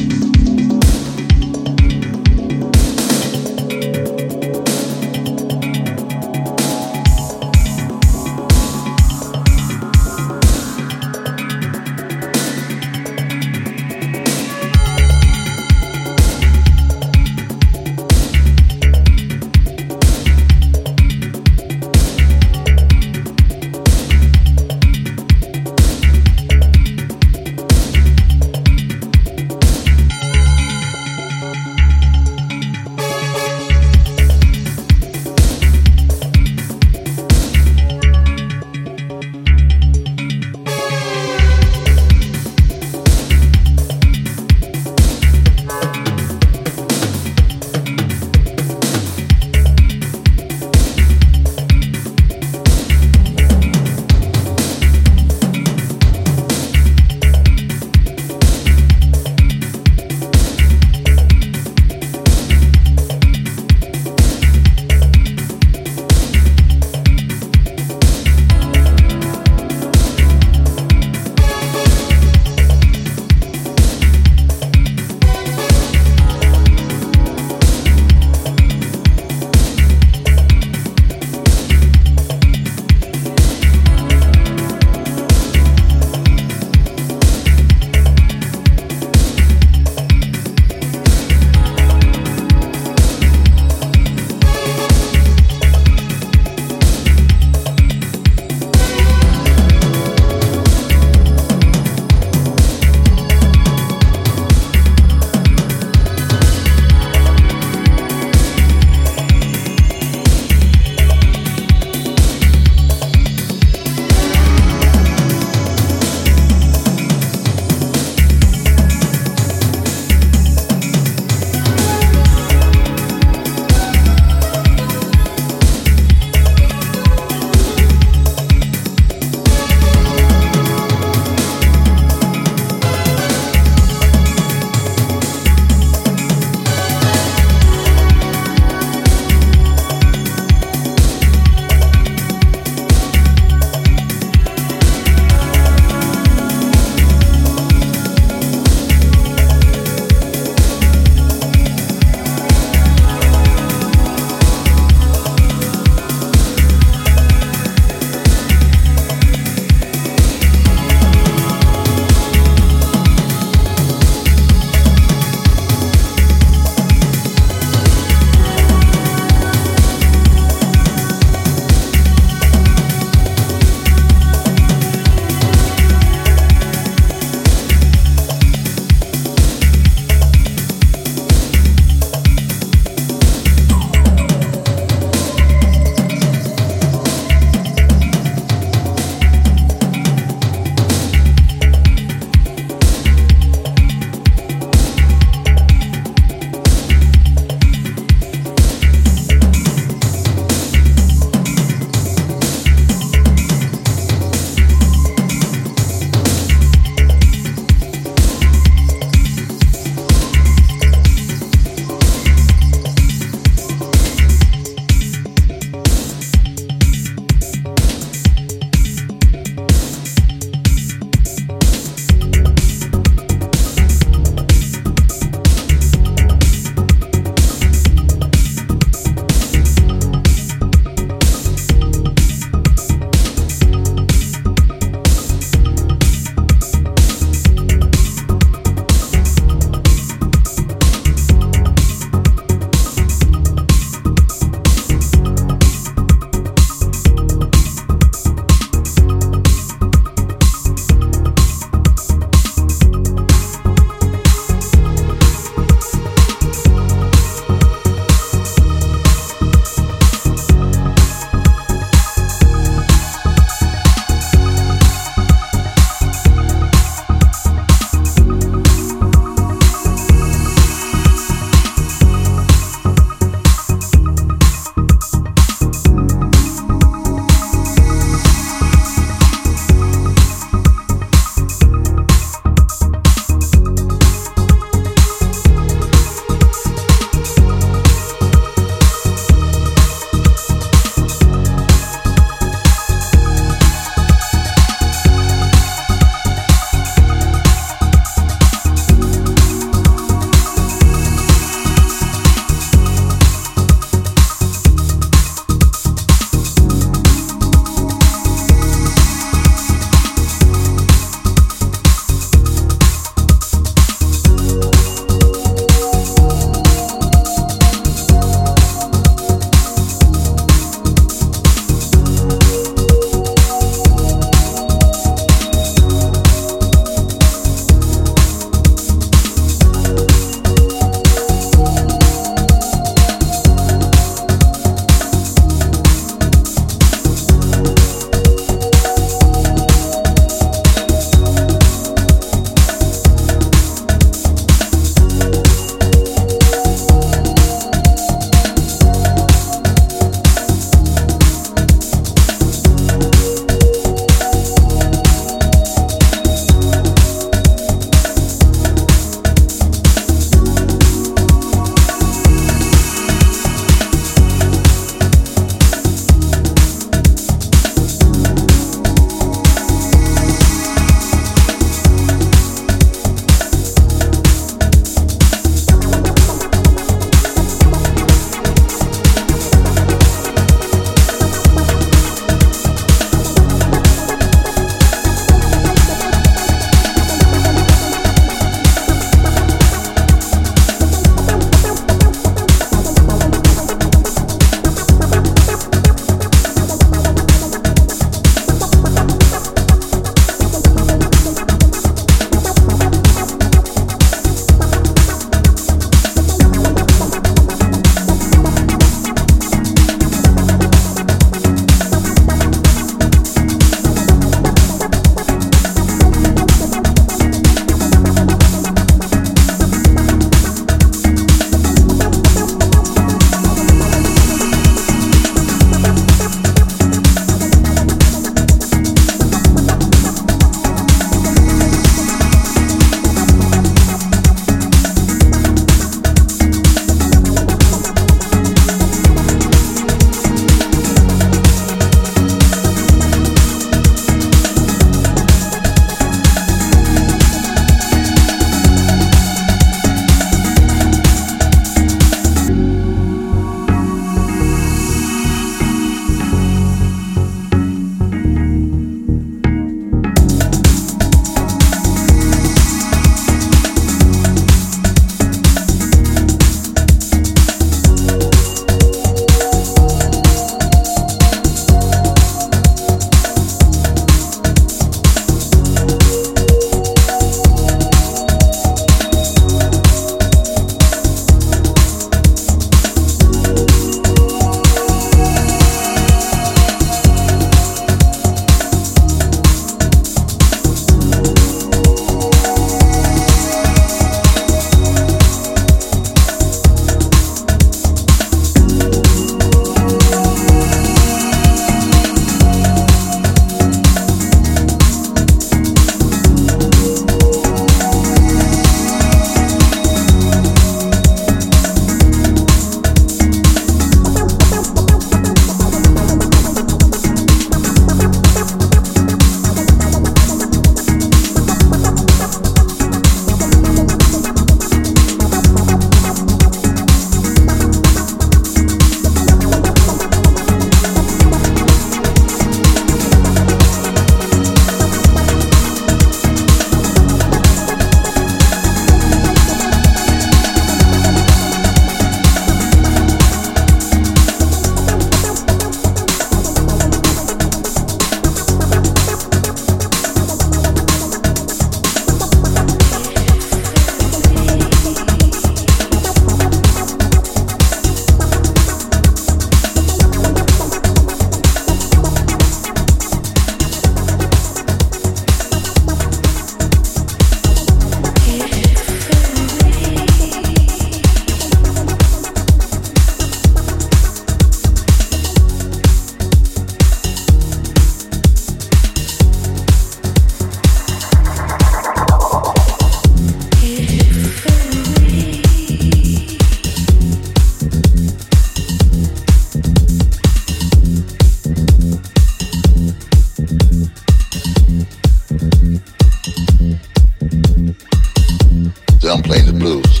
blues.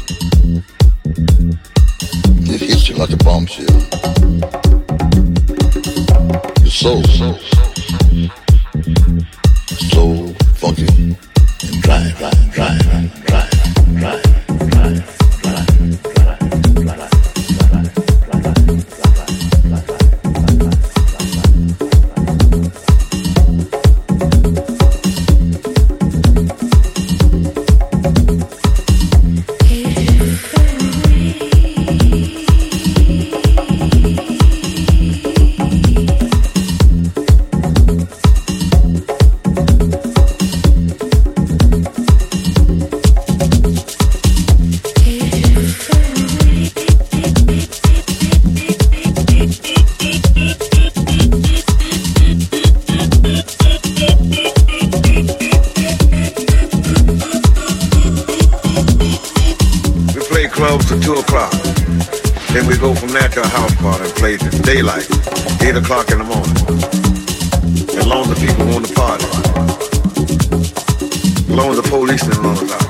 It hits you like a bombshell. Your soul, slow, funky, and dry. Daylight, 8 o'clock in the morning. As long as the people want to party. As long as the police didn't run us out.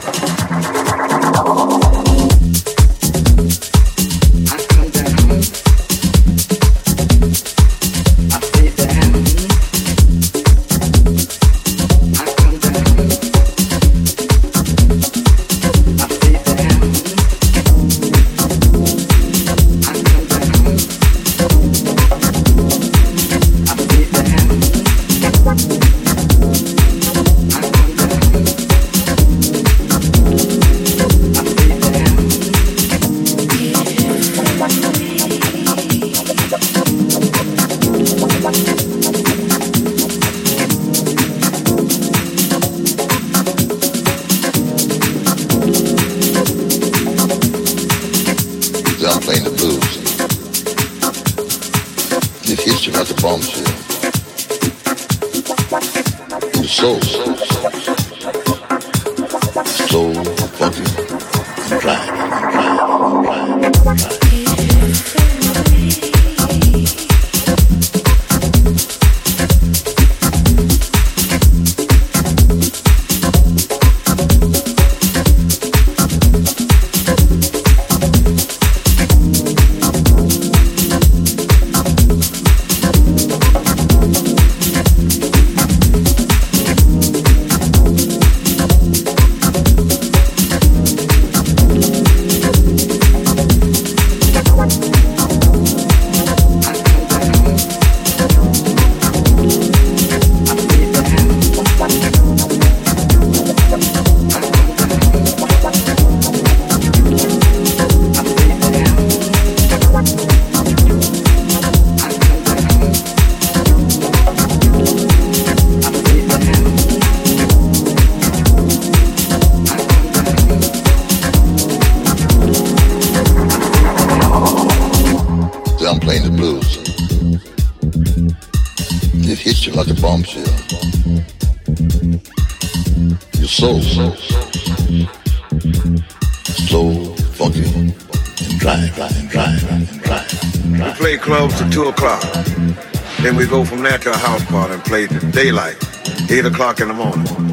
Then we go from there to a house party and play till daylight, 8 o'clock in the morning.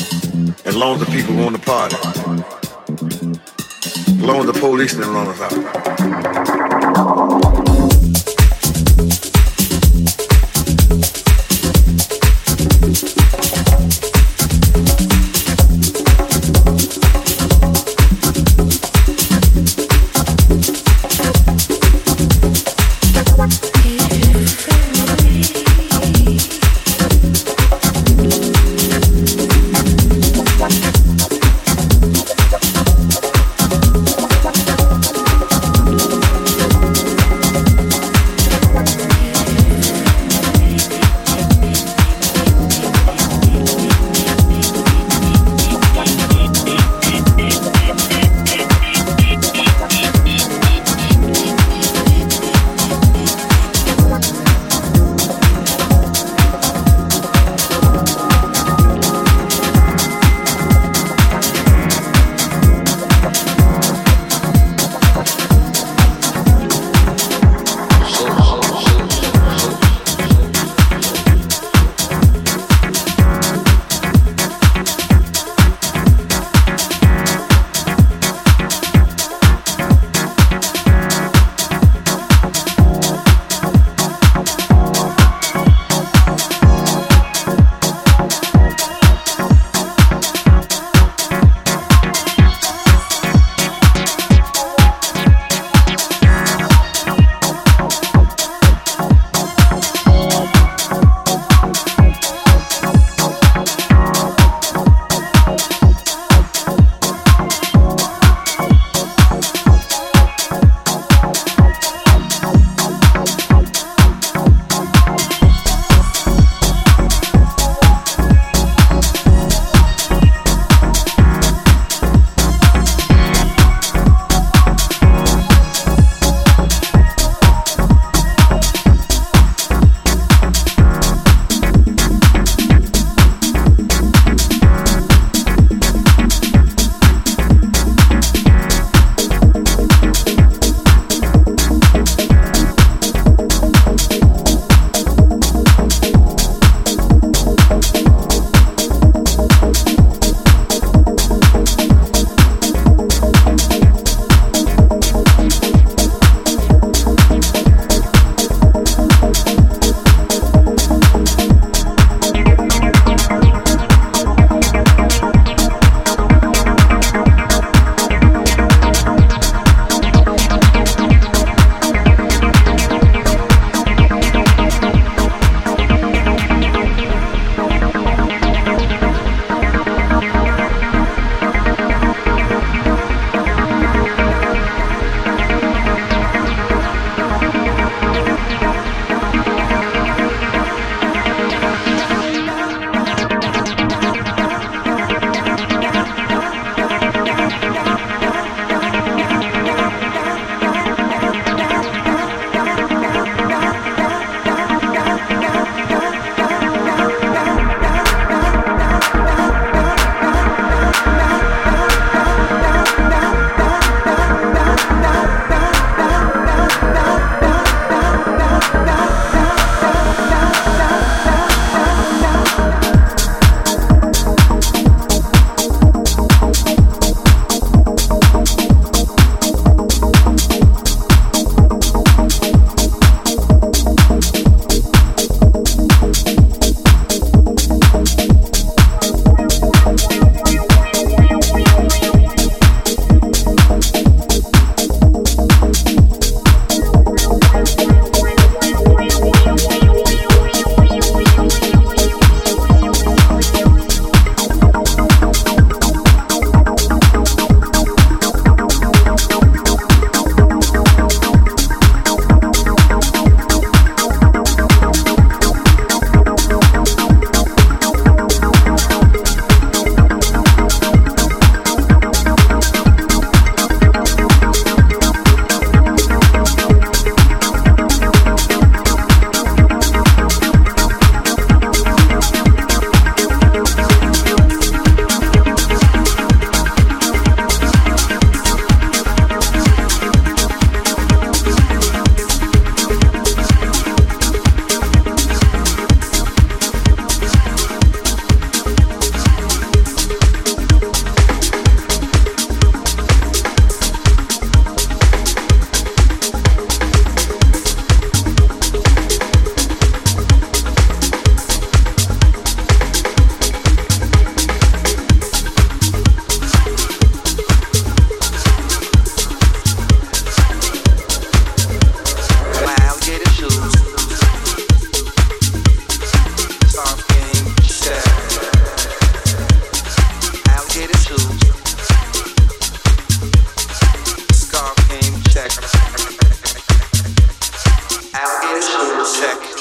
As long as the people want to party. As long as the police didn't run us out.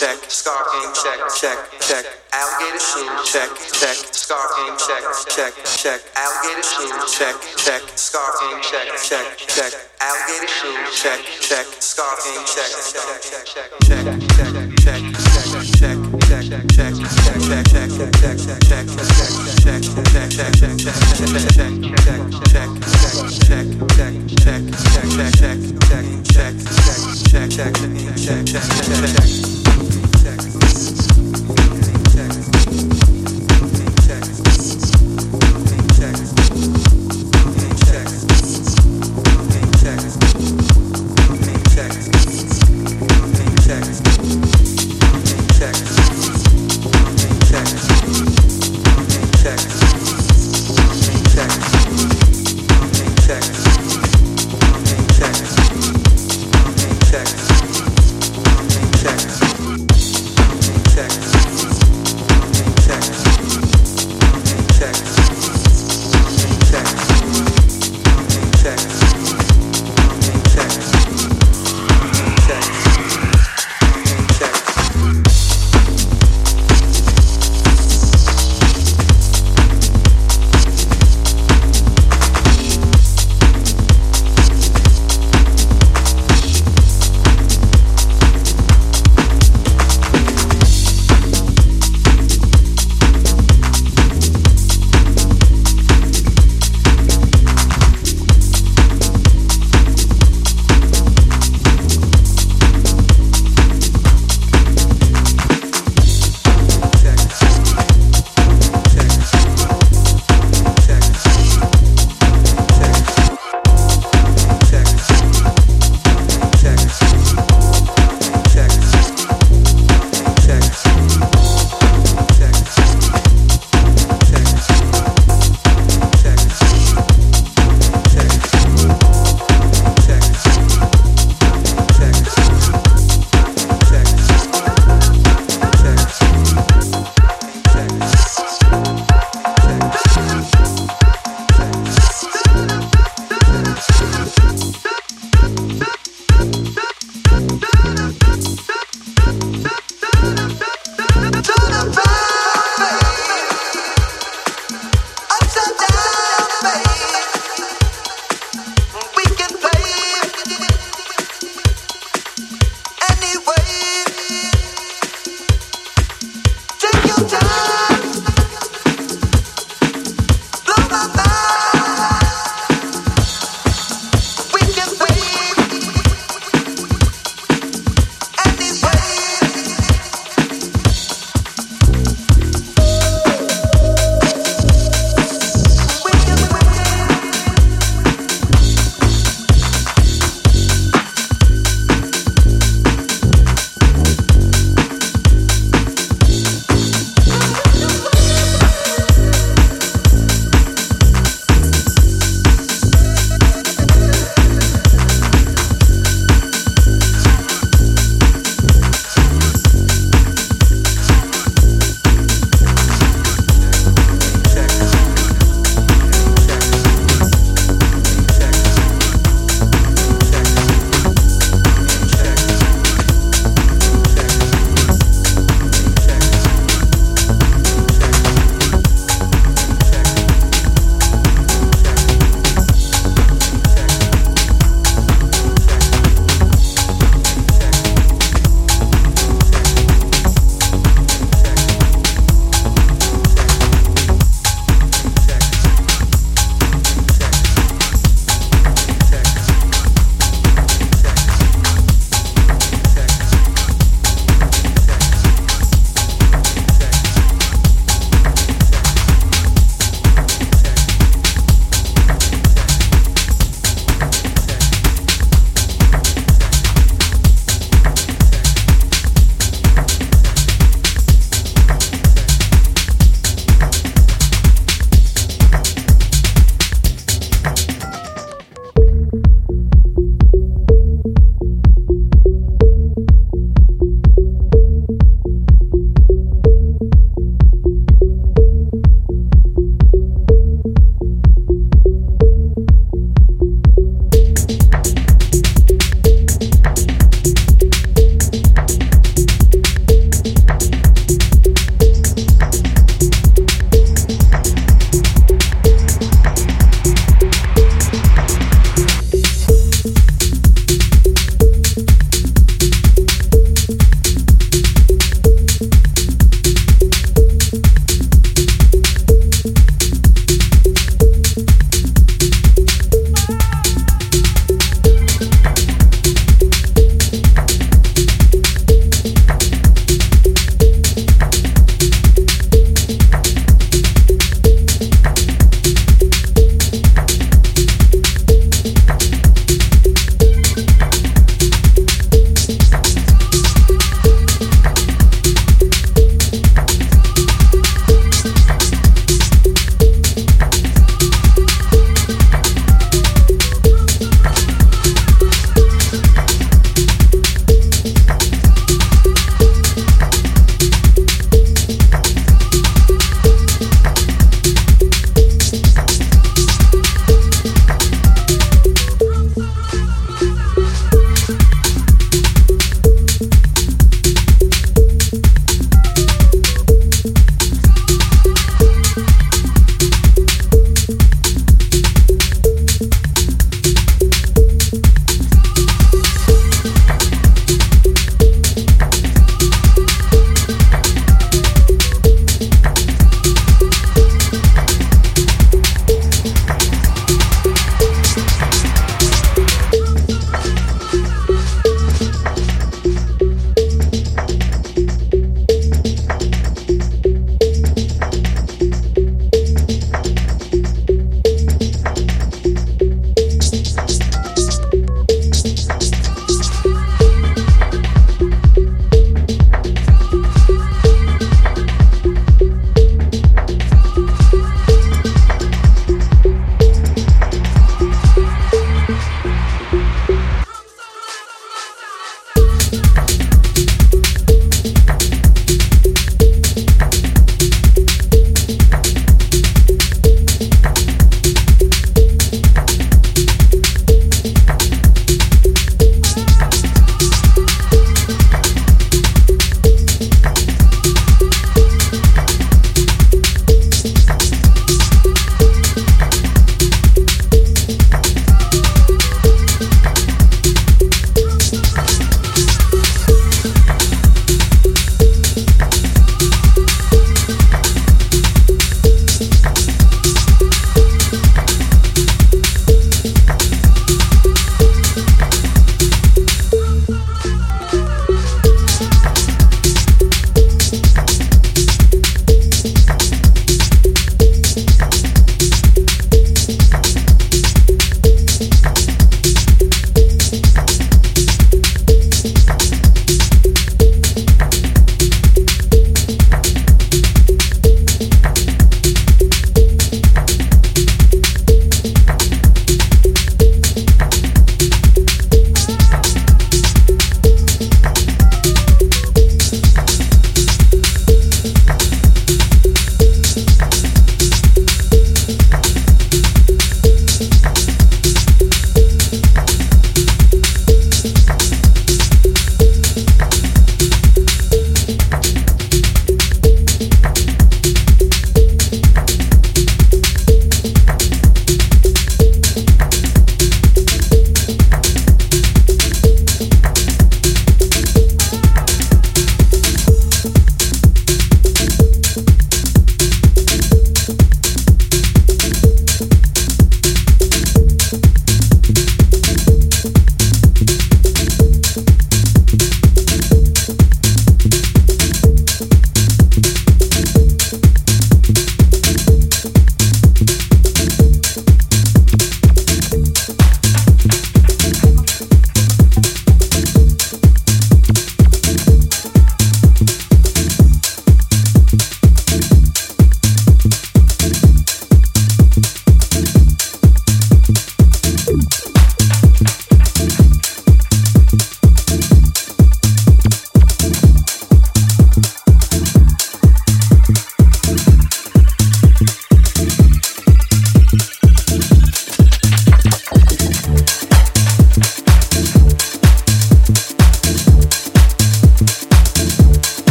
check, scar game, check, check, check, alligator shoe, check, check, scar game, check, check, check, alligator shoe, check, check, scar game, check, check, check, alligator shoe, check, check, scar game, check, check, check, check, check, check, check, check, check.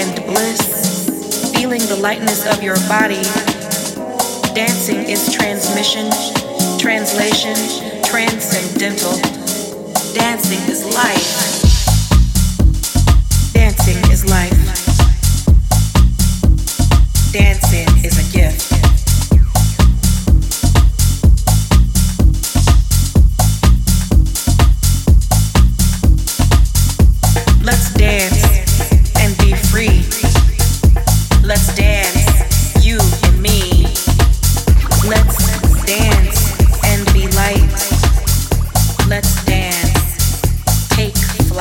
and bliss, feeling the lightness of your body. Dancing is transmission, translation, transcendental. Dancing is life. Dancing is life. Dancing is a gift. Let's dance and be free. Let's dance, you and me. Let's dance and be light. Let's dance, take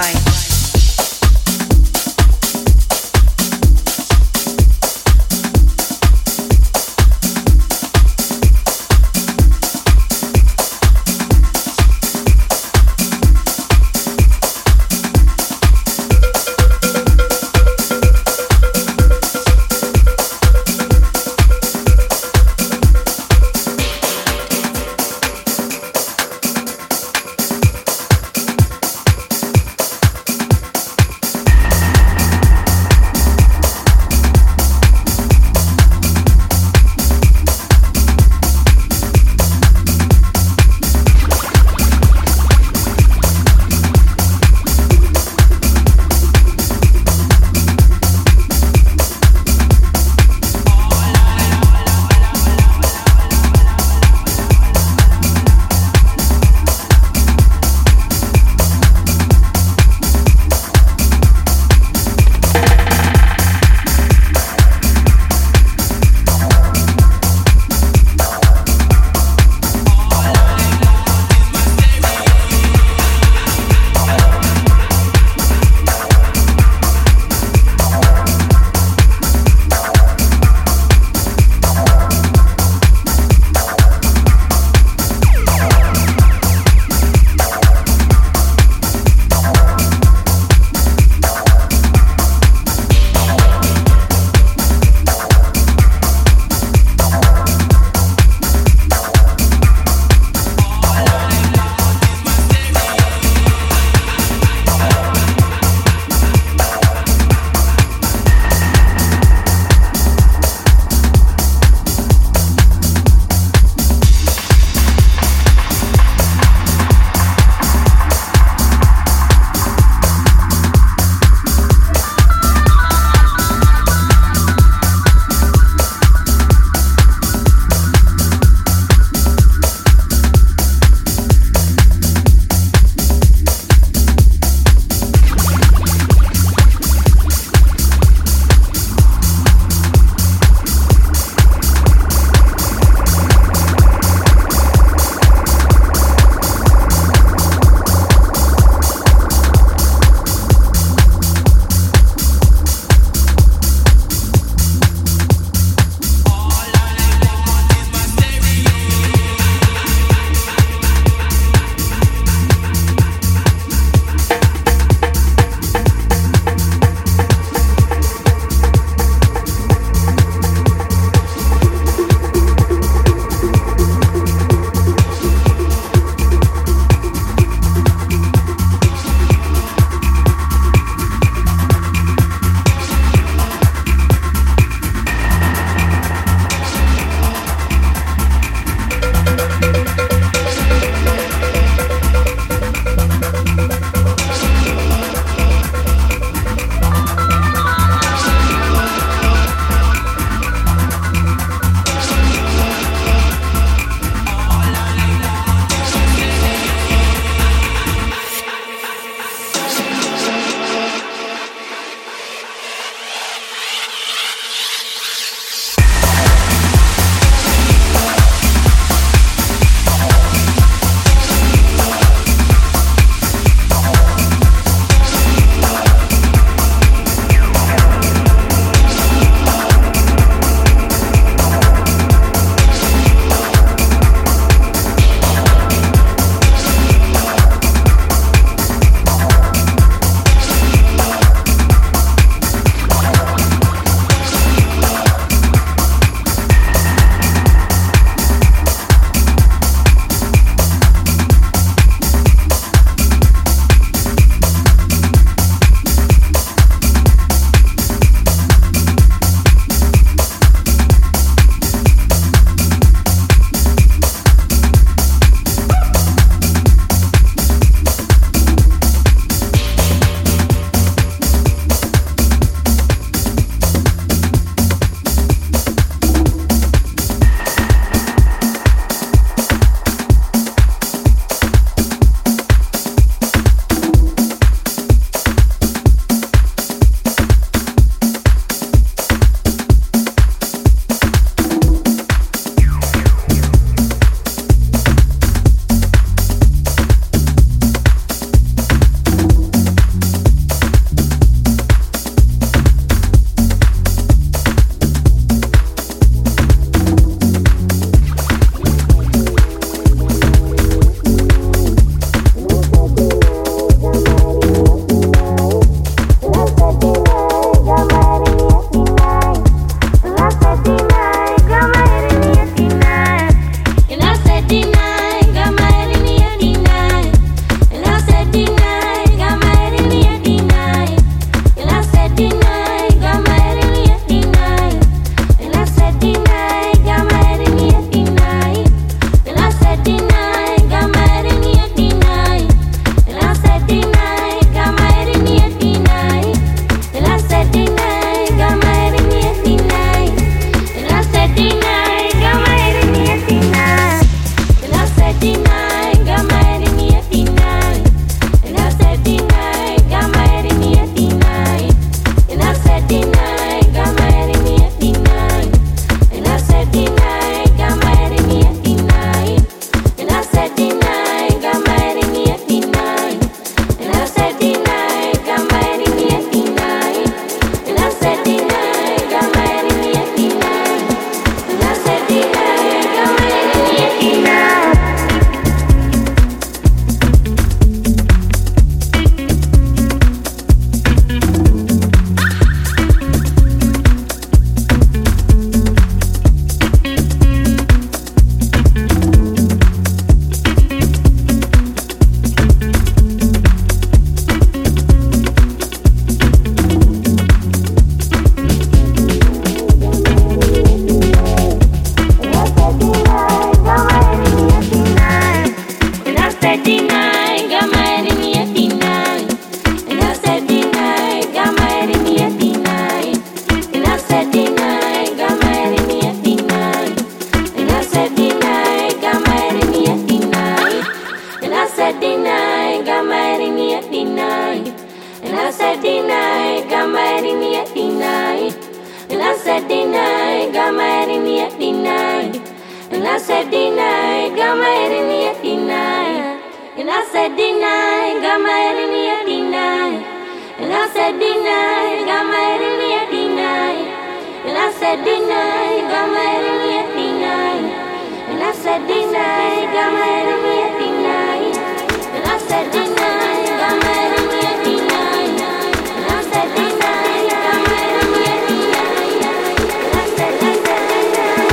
deny, got my head in the air, deny. And I said deny, got my head in the air, deny. And I said deny, got my head in the air, deny. And I said deny, got my head in the air, deny. And I said deny, got my head in the air, deny. And I said deny, got my head in the air, deny. And I said deny, got my head in the air, deny. And I said deny, got my head in the air, deny. And I said deny, got my head in the air, deny. And I said deny,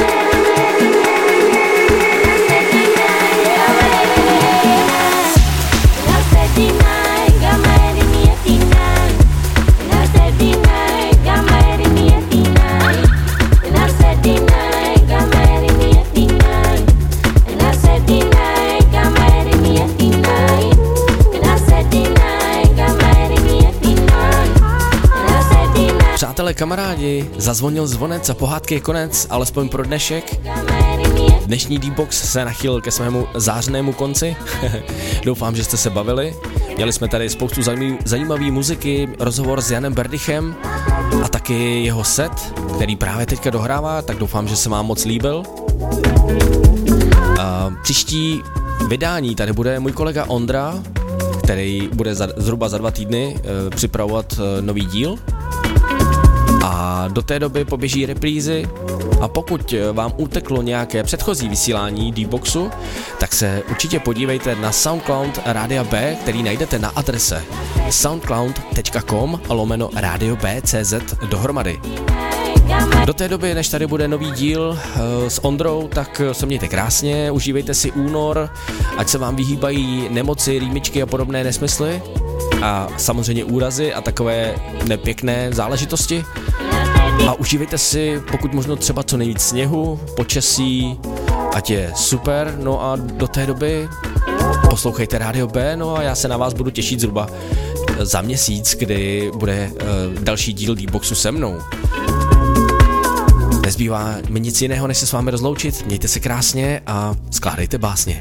got my head in the air, deny. And I said deny, got my head in the air, deny. And I said deny, got my head in the air, deny. And I said deny, got my head in the air, deny. And I said deny, got my head in the air, deny. And I said deny. Přátelé, kamarádi, zazvonil zvonec a pohádky je konec, alespoň pro dnešek. Dnešní D-Box se nachýlil ke svému zářnému konci. Doufám, že jste se bavili. Měli jsme tady spoustu zajímavé muziky, rozhovor s Janem Berdychem a taky jeho set, který právě teďka dohrává, tak doufám, že se vám moc líbil. Příští vydání tady bude můj kolega Ondra, který bude zhruba za 2 týdny připravovat nový díl. A do té doby poběží reprízy a pokud vám uteklo nějaké předchozí vysílání D-Boxu, tak se určitě podívejte na SoundCloud Rádia B, který najdete na adrese soundcloud.com/Radio B.cz dohromady. Do té doby, než tady bude nový díl s Ondrou, tak se mějte krásně, užívejte si únor, ať se vám vyhýbají nemoci, rýmičky a podobné nesmysly a samozřejmě úrazy a takové nepěkné záležitosti. A užívejte si pokud možno třeba co nejvíc sněhu, počasí, ať je super, no a do té doby poslouchejte Rádio B, no a já se na vás budu těšit zhruba za měsíc, kdy bude další díl D-Boxu se mnou. Nezbývá mi nic jiného, než se s vámi rozloučit, mějte se krásně a skládejte básně.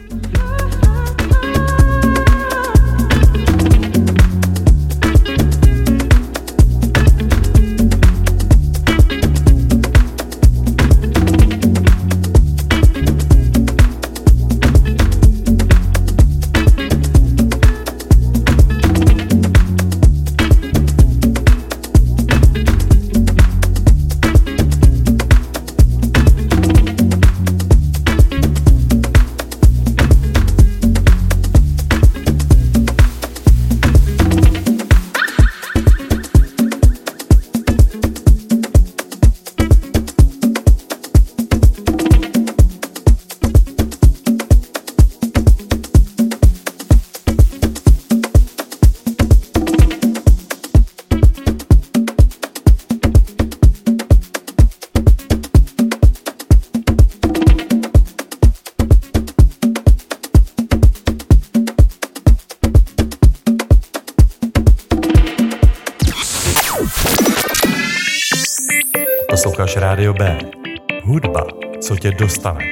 Posloucháš Rádio B. Hudba, co tě dostane.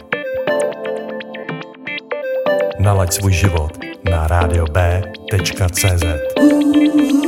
Nalaď svůj život na radiob.cz.